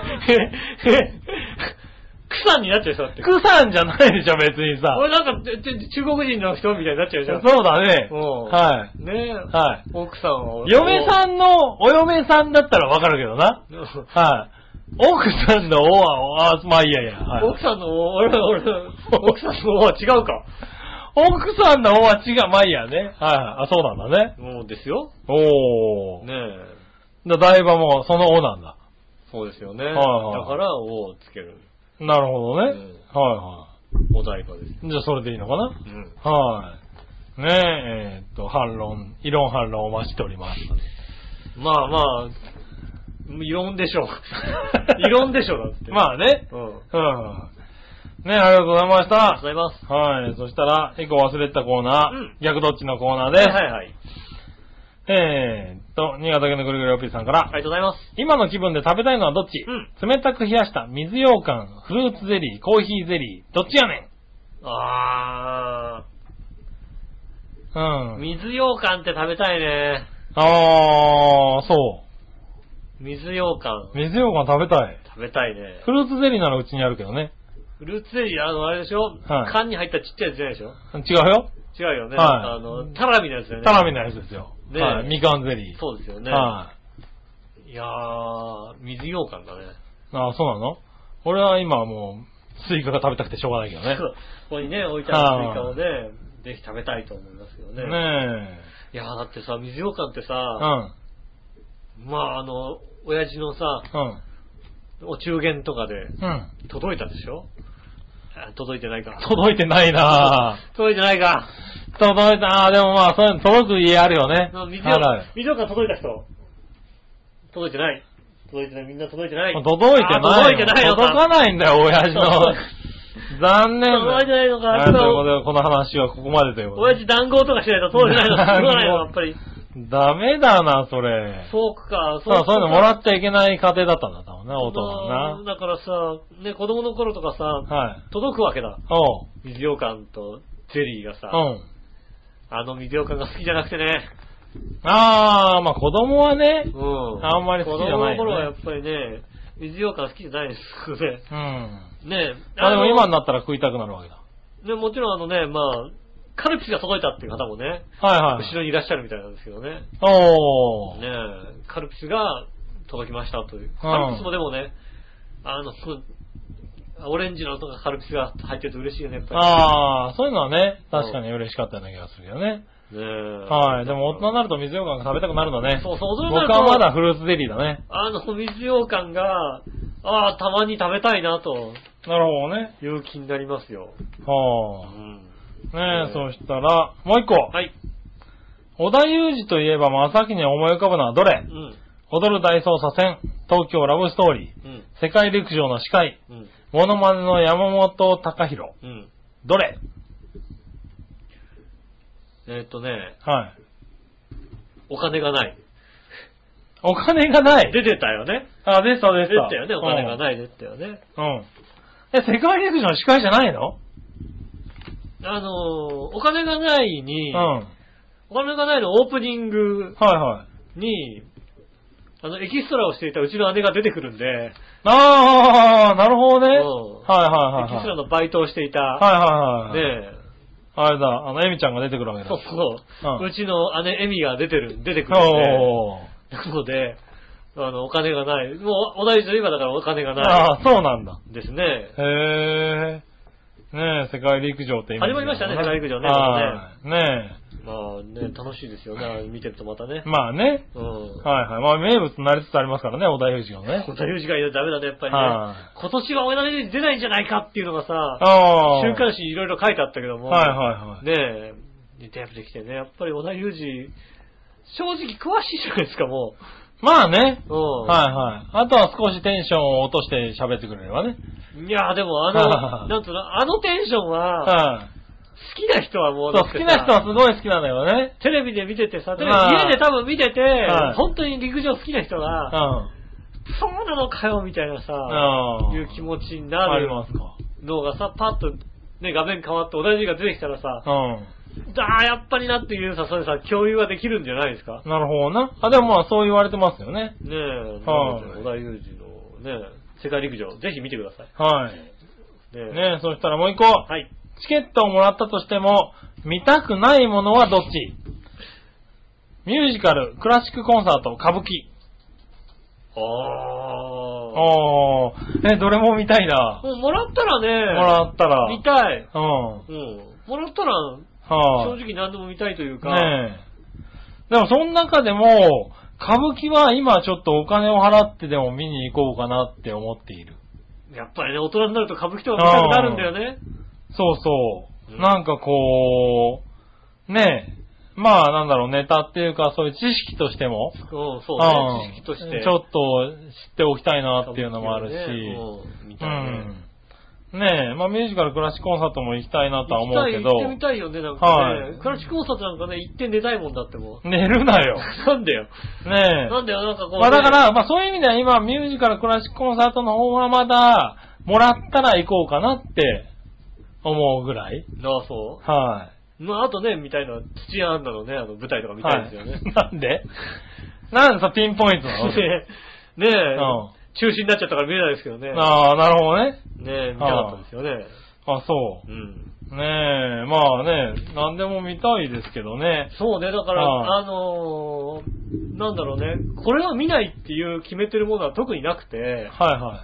クさんになっちゃう人だって。 クさんじゃないでしょ、別にさ。 俺なんか、中国人の人みたいになっちゃうじゃん。 そうだね。 はい。ねえ。はい。奥さんは。 嫁さんの、お嫁さんだったらわかるけどな。はい。奥さんの O は、まあいいや。 奥さんの O、俺、奥さんの O は違うか。 奥さんの O は違う。まあいいやね。はい。そうなんだね。 そうですよ。 ねえ。 台場もその O なんだ。 そうですよね。だから O をつける。 なるほどね。 お台場です。 じゃあそれでいいのかな？はい。ねえ、異論反論お待ちしております。 まあ、異論でしょ。異論でしょ、だって。 まあね。ねありがとうございました。 ありがとうございます。 はい。そしたら、一個忘れてたコーナー、逆どっちのコーナーです。 はい。 新潟県のぐるぐるおっぴーさんから。 ありがとうございます。 今の気分で食べたいのはどっち？冷たく冷やした水羊羹、フルーツゼリー、コーヒーゼリー、どっちやねん。 水羊羹って食べたいね。 そう。 水羊羹。 水羊羹食べたい。 食べたいね。 フルーツゼリーならうちにあるけどね。 フルーツゼリー、あれでしょ？缶に入ったちっちゃいやつじゃないでしょ？ 違うよ。 違うよね。タラミのやつだよね。 タラミのやつですよ。みかんゼリー。 そうですよね。いやー、水羊羹だね。 そうなの？俺は今もう、スイカが食べたくてしょうがないけどね。 ここにね、置いてあるスイカをね、ぜひ食べたいと思いますけどね。いやー、だってさ、水羊羹ってさ、まあ親父のさ、お中元とかで、届いたでしょ？届いてないか。 届いてないなぁ。 届いてないか。 届いた、でもまあ、そういうの届く家あるよね。 水羊羹届いた人届いてない。 届いてない、みんな届いてない。 届いてない。 届いてないのか。 届かないんだよ、親父の。残念だ。 届いてないのか。 ということで、この話はここまでということで。 親父談合とかしないと届いてないのか。届かないのやっぱり。 ダメだな、それ。 そうか、 そういうのもらっちゃいけない家庭だったんだ、多分ね、お父さんな。 だからさ、ね、子供の頃とかさ、 はい。 届くわけだ。 おう。 水羊羹とゼリーがさ、 うん。 水羊羹が好きじゃなくてね。 あー、まあ子供はね、 うん。 あんまり好きじゃないよね。 子供の頃はやっぱりね、水羊羹好きじゃないですよね。 うん。 ねまあでも今になったら食いたくなるわけだ。 ね、もちろんカルピスが届いたっていう方もね、 はいはい。 後ろにいらっしゃるみたいなんですけどね。 おー。 ねカルピスが届きましたという。カルピスもでもね、オレンジのとかカルピスが入ってると嬉しいよね、やっぱり。 あー、そういうのはね、確かに嬉しかったような気がするよね。 ねはい。でも大人になると水羊羹が食べたくなるのね。 そうそう、大人になる僕と。 はまだフルーツゼリーだね。 水羊羹が、たまに食べたいなと。 なるほどね。 いう気になりますよ。 はうん。 ねえ、そしたら、もう一個。 はい。 織田裕二といえば真っ先に思い浮かぶのはどれ？ うん。 踊る大捜査線、東京ラブストーリー、 うん。 世界陸上の司会、 うん。 モノマネの山本隆弘。 うん。 どれ？ はい。 お金がない。 お金がない。 出てたよね。 あ、出た。 出たよね、お金がない、出たよね。 うん。世界陸上の司会じゃないの？ お金がないに、 うん。 お金がないのオープニングはいはい。 に、エキストラをしていたうちの姉が出てくるんで。 あー、なるほどね。 はいはいはい。 エキストラのバイトをしていた。 はいはいはい。 ねえ。 あれだ、エミちゃんが出てくるわけだ。 そうそう。うちの姉エミが出てくるんで。なので、お金がない。もう、同じといえばだからお金がない。 ああ、そうなんだ。 ですね。 へえ。ねえ、世界陸上って始まりましたね、世界陸上ね。 ねえ。 まあね、楽しいですよね。見てるとまたね。 まあね。 うん。 はいはい。まあ名物になりつつありますからね、織田裕二がね。 織田裕二がいやダメだね、やっぱりね。今年は織田裕二出ないんじゃないかっていうのがさ、週刊誌にいろいろ書いてあったけども。 はいはいはい。 ねえ、似てきてね、やっぱり織田裕二、正直詳しいじゃないですか、もう。 まあね。 うん。 はいはい。あとは少しテンションを落として喋ってくれればね。 いや、でもなんつうの、テンションは、好きな人はもうそう、好きな人はすごい好きなんだよね。 テレビで見ててさ、家で多分見てて、本当に陸上好きな人が、そうなのかよ、みたいなさ、いう気持ちになるのがさ、パッとね、画面変わって同じが出てきたらさ、やっぱりなっていうさ、それさ、共有はできるんじゃないですか。 なるほどな。でもまあそう言われてますよね。 ねえ、織田裕二のね、世界陸上、ぜひ見てください。 はい。ねえ、そしたらもう一個。 はい。 チケットをもらったとしても、見たくないものはどっち？ミュージカル、クラシックコンサート、歌舞伎。どれも見たいな。 もらったらね。 もらったら。 見たい。 うん。 もらったら、正直何でも見たいというか。 ねえ。でもその中でも、歌舞伎は今ちょっとお金を払ってでも見に行こうかなって思っている。 やっぱりね、大人になると歌舞伎とか見たくなるんだよね。 そうそう。なんかこう、ねえ。まあなんだろう、ネタっていうかそういう知識としても。 そうね、知識として。 ちょっと知っておきたいなっていうのもあるし。 見たいね。 ねえ、まあミュージカルクラシックコンサートも行きたいなとは思うけど。 行ってみたいよね、なんかね。クラシックコンサートなんかね、行って寝たいもんだってもう。 寝るなよ。 なんでよ。 ねえ。 なんでよ、なんかこう。 まあだから、まあそういう意味では今ミュージカルクラシックコンサートの方はまだ、もらったら行こうかなって思うぐらい。 そうはい。 まああとね、みたいな、土屋アンナのね、舞台とか見たいですよね。 なんでなんでさ、ピンポイントなの？ ねえ。中止になっちゃったから見れないですけどね。 ああ、なるほどね。 ねえ、見たかったですよね。 あ、そう。ねえ、まあね、何でも見たいですけどね。 そうね、だから、なんだろうね、これは見ないっていう決めてるものは特になくて。はいはい。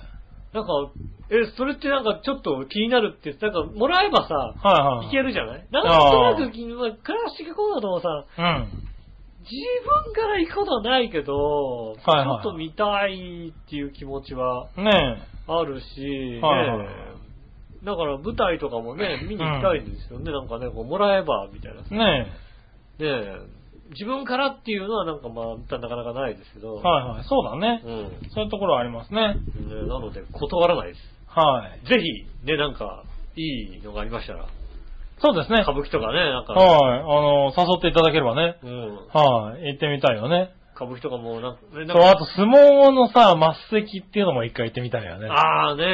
なんか、それってなんかちょっと気になるって、なんかもらえばさ、いけるじゃないなんとなく、クラシックコンサートもさ、自分から行くことはないけど、ちょっと見たいっていう気持ちはあるし、だから舞台とかもね、見に行きたいんですよね。なんかね、こうもらえばみたいな。 自分からっていうのはなんかまあ、なかなかないですけど。 はいはい。そうだね。そういうところはありますね。 なので、断らないです。 はい。 ぜひ、ね、なんか、いいのがありましたら。 そうですね。 歌舞伎とかね、なんか。 はい。誘っていただければね。はい。行ってみたいよね。 歌舞伎とかもなんか、 そう、あと相撲のさ、末席っていうのも一回行ってみたいよね。 ああね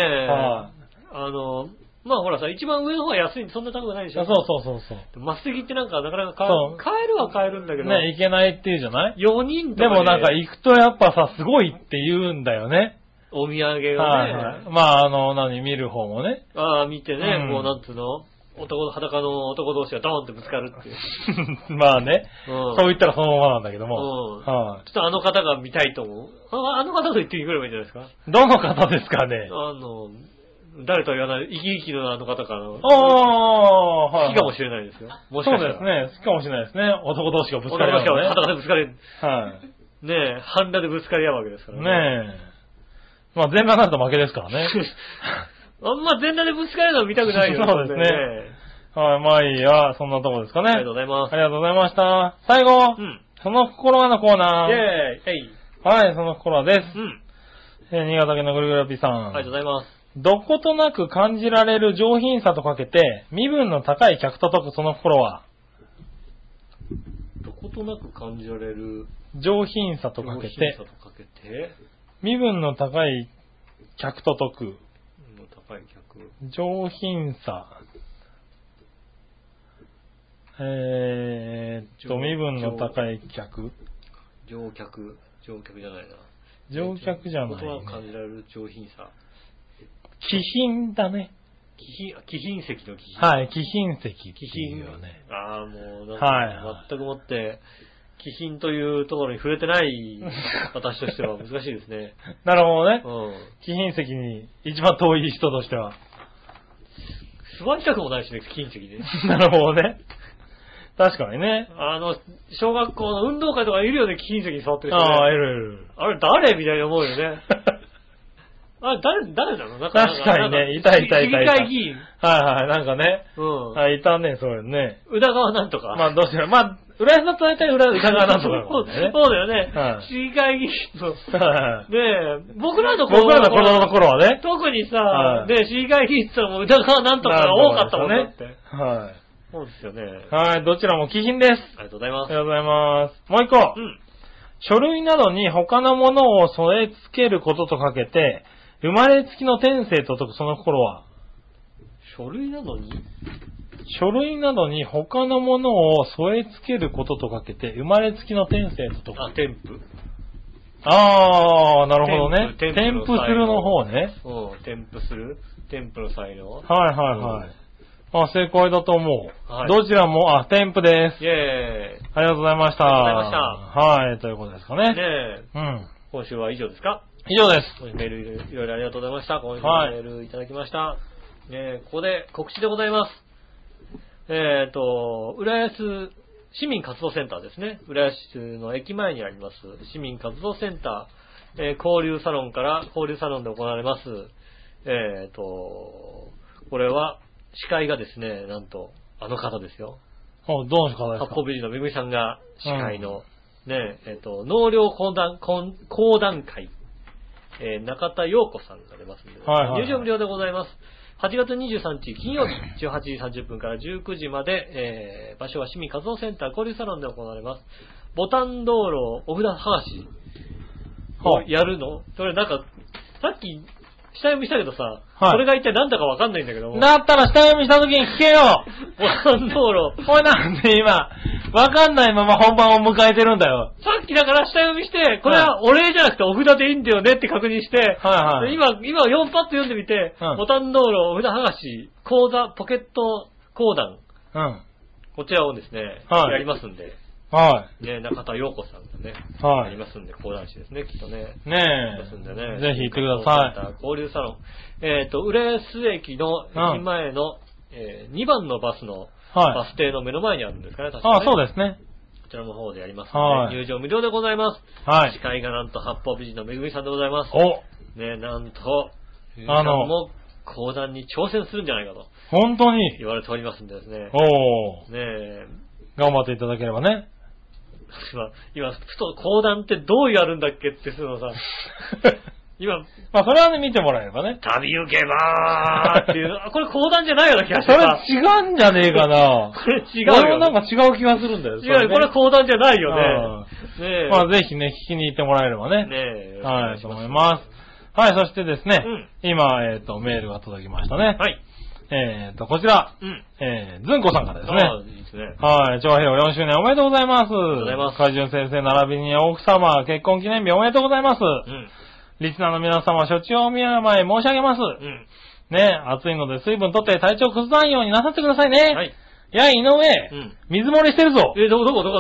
まあほらさ、一番上の方は安いんでそんな高くないでしょ。 そう。 末席ってなんかなかなか買えるは買えるんだけど。 ね、行けないっていうじゃない ?4 人とか、 でもなんか行くとやっぱさ、すごいって言うんだよね。 お土産をね。 はい。まあ見る方もね。 ああ、見てね、こうなんつうの裸の男同士がドーンってぶつかるっていう。 まあね、そう言ったらそのままなんだけども。 ちょっとあの方が見たいと思う。あの方と言ってくればいいんじゃないですか。 どの方ですかね。 誰とは言わない、生き生きのあの方からの。 はい。 好きかもしれないですよ。もしかしたら。 そうですね。好きかもしれないですね。男同士がぶつかり合う、ね。 男同士が裸でぶつかりはい。 ねえ、半裸でぶつかり合うわけですからね。 ねえ。まあ全裸になると負けですからね。 あんま全裸でぶつかるのは見たくないよね。 そうですね。はい、まあいいや、そんなとこですかね。 ありがとうございます。 ありがとうございました。最後、その心はのコーナー。 イェーイ。 はい、その心はです。新潟県のぐるぐるぴさん。 ありがとうございます。 どことなく感じられる上品さとかけて、身分の高い客と解くその心は。 どことなく感じられる上品さとかけて、身分の高い客と解く。上品さ。身分の高い客。 乗客じゃないな。 乗客じゃない、ね。 どことなく感じられる上品さ。 貴賓だね。 貴賓席の貴賓。 はい、貴賓席っていうよね。 ああ、もう、なんか、全くもって、貴賓というところに触れてない私としては難しいですね。 なるほどね。貴賓席に一番遠い人としては。 座りたくもないしね、貴賓席で。 なるほどね。確かにね。 小学校の運動会とかいるよね、貴賓席に座ってる人、ね。 ああ、いる。 あれ誰みたいに思うよね。あれ、誰なの確かにね、いた。市議会議員。 はい、なんかね。いたね、そういうのね。 宇田川なんとか。 まあ、どうしよう。まあ、浦安だと大体宇田川なんとか、 ね。そうだよね。市議会議員の。で、僕らの子供の頃はね。 特にさ、市議会議員っても宇田川なんとかが多かったもんね。 はい。 そうですよね。 はい、どちらも貴賓です。 ありがとうございます。 ありがとうございます。もう一個。書類などに他のものを添え付けることとかけて、生まれつきの天性と解くその心は。 書類などに他のものを添え付けることとかけて、生まれつきの天性と解く。 添付。 ああ、なるほどね。添付するの方ね。 添付する。添付の才能。 はい。正解だと思う。どちらも、添付です。 イェーイ。 ありがとうございました。 ありがとうございました。 はい、ということですかね。 今週は以上ですか？ 以上です。 メールいろいろありがとうございました。今週もメールいただきました。ここで告知でございます。浦安市民活動センターですね。浦安市の駅前にあります市民活動センター、交流サロンで行われます。これは司会がですね、なんとあの方ですよ。 どの方ですか？ 八方美人のめぐみさんが司会の、納涼講談会。中田陽子さんが出ますので、入場無料でございます。8月23日金曜日18時30分から19時まで、場所は市民活動センター交流サロンで行われます。ボタン道路お札剥がしをやるの？それなんか、さっき下読みしたけどさ、それが一体何だかわかんないんだけども。 だったら下読みした時に聞けよ。 ボタン道路。 これなんで今、わかんないまま本番を迎えてるんだよ。 さっきだから下読みして、これはお礼じゃなくてお札でいいんだよねって確認して、今4パッと読んでみて、ボタン道路お札剥がし、ポケット講談。こちらをですね、やりますんで。中田陽子さんがね、やりますんで、講談師ですね、きっとね。 ぜひ行ってください。 交流サロン。浦安駅の駅前の、2番のバスの、バス停の目の前にあるんですかね、確かに。 そうですね。 こちらの方でやりますので、入場無料でございます。司会がなんと八方美人のめぐみさんでございます。なんと、皆さんも講談に挑戦するんじゃないかと。 本当に言われておりますんでですね。 頑張っていただければね。 今、ふと講談ってどうやるんだっけってするのさ、今、 まあそれはね、見てもらえればね。 旅行けばーっていう、これ講談じゃないような気がしてさ。 それ違うんじゃねえかな。 これ違うよ。 俺もなんか違う気がするんだよ。 違う、これ講談じゃないよね。 ねえ。まあぜひね、聞きに行ってもらえればね。 ねえ。 はい、と思います。はい、そしてですね、今、メールが届きましたね。 はい。 こちら、ずんこさんからですね。 いいですね。 はい、長平4周年おめでとうございます。ありがとうございます。 海順先生並びに奥様、結婚記念日おめでとうございます。リスナーの皆様、処置をお見舞い申し上げます。ね、暑いので水分取って体調崩さないようになさってくださいね。はい。いや、井上、水漏れしてるぞ。 どこが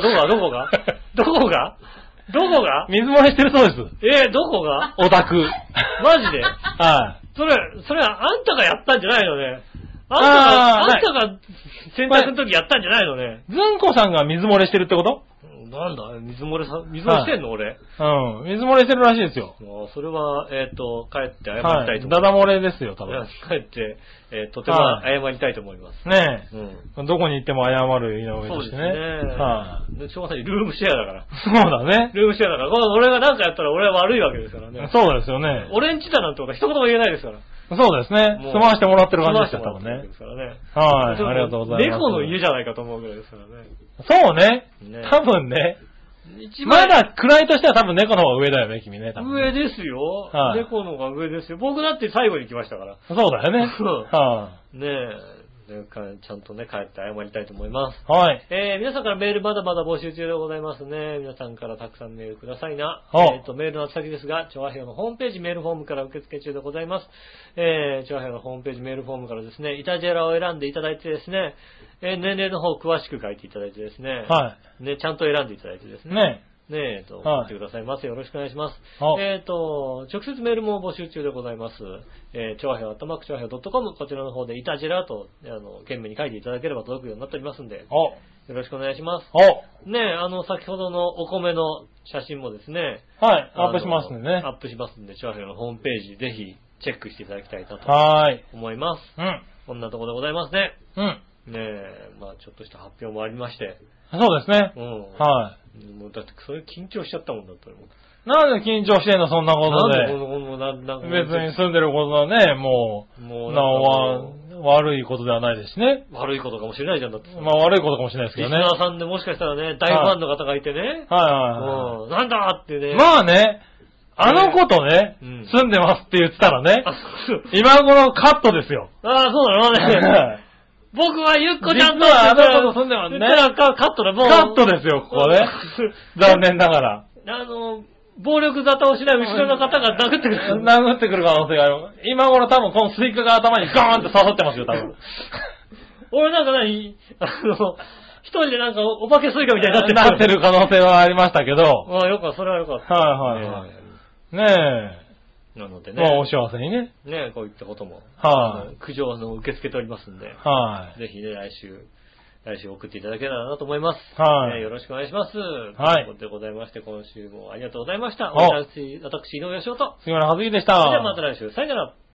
水漏れしてるそうです。 どこがオタク。 マジではい。 それはあんたがやったんじゃないのね。あんたが洗濯の時やったんじゃないのね。 ずんこさんが水漏れしてるってこと？ なんだ水漏れしてんの、俺。 水漏れしてるらしいですよ。 それは、帰って謝りたいと思います。 ダダ漏れですよ、多分。 帰って、とても謝りたいと思います。 ねえ。どこに行っても謝る井上としてね。 そうですね。しょうがない。ルームシェアだから。 そうだね。 ルームシェアだから。俺が何かやったら俺は悪いわけですからね。 そうですよね。 俺んちだなんてことは一言も言えないですから。 そうですね。住まわしてもらってる感じですよ、多分ね。はい。ありがとうございます。 猫の家じゃないかと思うぐらいですからね。 そうね。多分ね。まだ位としては多分猫の方が上だよね、君ね。多分上ですよ。猫の方が上ですよ。僕だって最後に来ましたから。 そうだよね。 ねえ。ちゃんとね、帰って謝りたいと思います。 はい。 皆さんからメールまだまだ募集中でございますね。皆さんからたくさんメールくださいな。メールの先ですが、チョアヘヨのホームページメールフォームから受付中でございます。チョアヘヨのホームページメールフォームからですね、イタジェラを選んでいただいてですね、年齢の方を詳しく書いていただいてですね、 はい。 ね、ちゃんと選んでいただいてですね。ねえ、送ってくださいませ。よろしくお願いします。直接メールも募集中でございます。ちょわへよ、ちょわへよ .com、こちらの方でイタジェラと、懸命に書いていただければ届くようになっておりますんで、よろしくお願いします。ねえ、先ほどのお米の写真もですね、 はい、アップしますんでね。 アップしますんで、ちょわへよのホームページ、ぜひ、チェックしていただきたいなと思います。こんなところでございますね。ねえ、まあちょっとした発表もありまして。 そうですね。はい。 もうだってそれ緊張しちゃったもんだったら。 なんで緊張してんのそんなことで。別に住んでることはね、もう悪いことではないですしね。 悪いことかもしれないじゃんだって。 まあ悪いことかもしれないですけどね。 リスナーさんでもしかしたらね、大ファンの方がいてね。なんだってね。 まあね。あの子とね、住んでますって言ってたらね、今頃カットですよ。 そうだろうね。僕はゆっこちゃんとあの子と住んでますね。 カットだ、もう。 カットですよ、ここね。残念ながら。 暴力沙汰をしない後ろの方が殴ってくる。 殴ってくる可能性がある。今頃多分このスイカが頭にガーンって刺さってますよ、多分。 俺なんか一人でなんかお化けスイカみたいになってる可能性はありましたけど。 それはよかった。 はい。ねえ。 なのでね。 まあお幸せにね。 ねえ、こういったことも。苦情受け付けておりますんで。ぜひね、来週送っていただけたらなと思います。よろしくお願いします。ということでございまして、今週もありがとうございました。私、井上芳雄と。 杉村はずきでした。 それではまた来週。さよなら。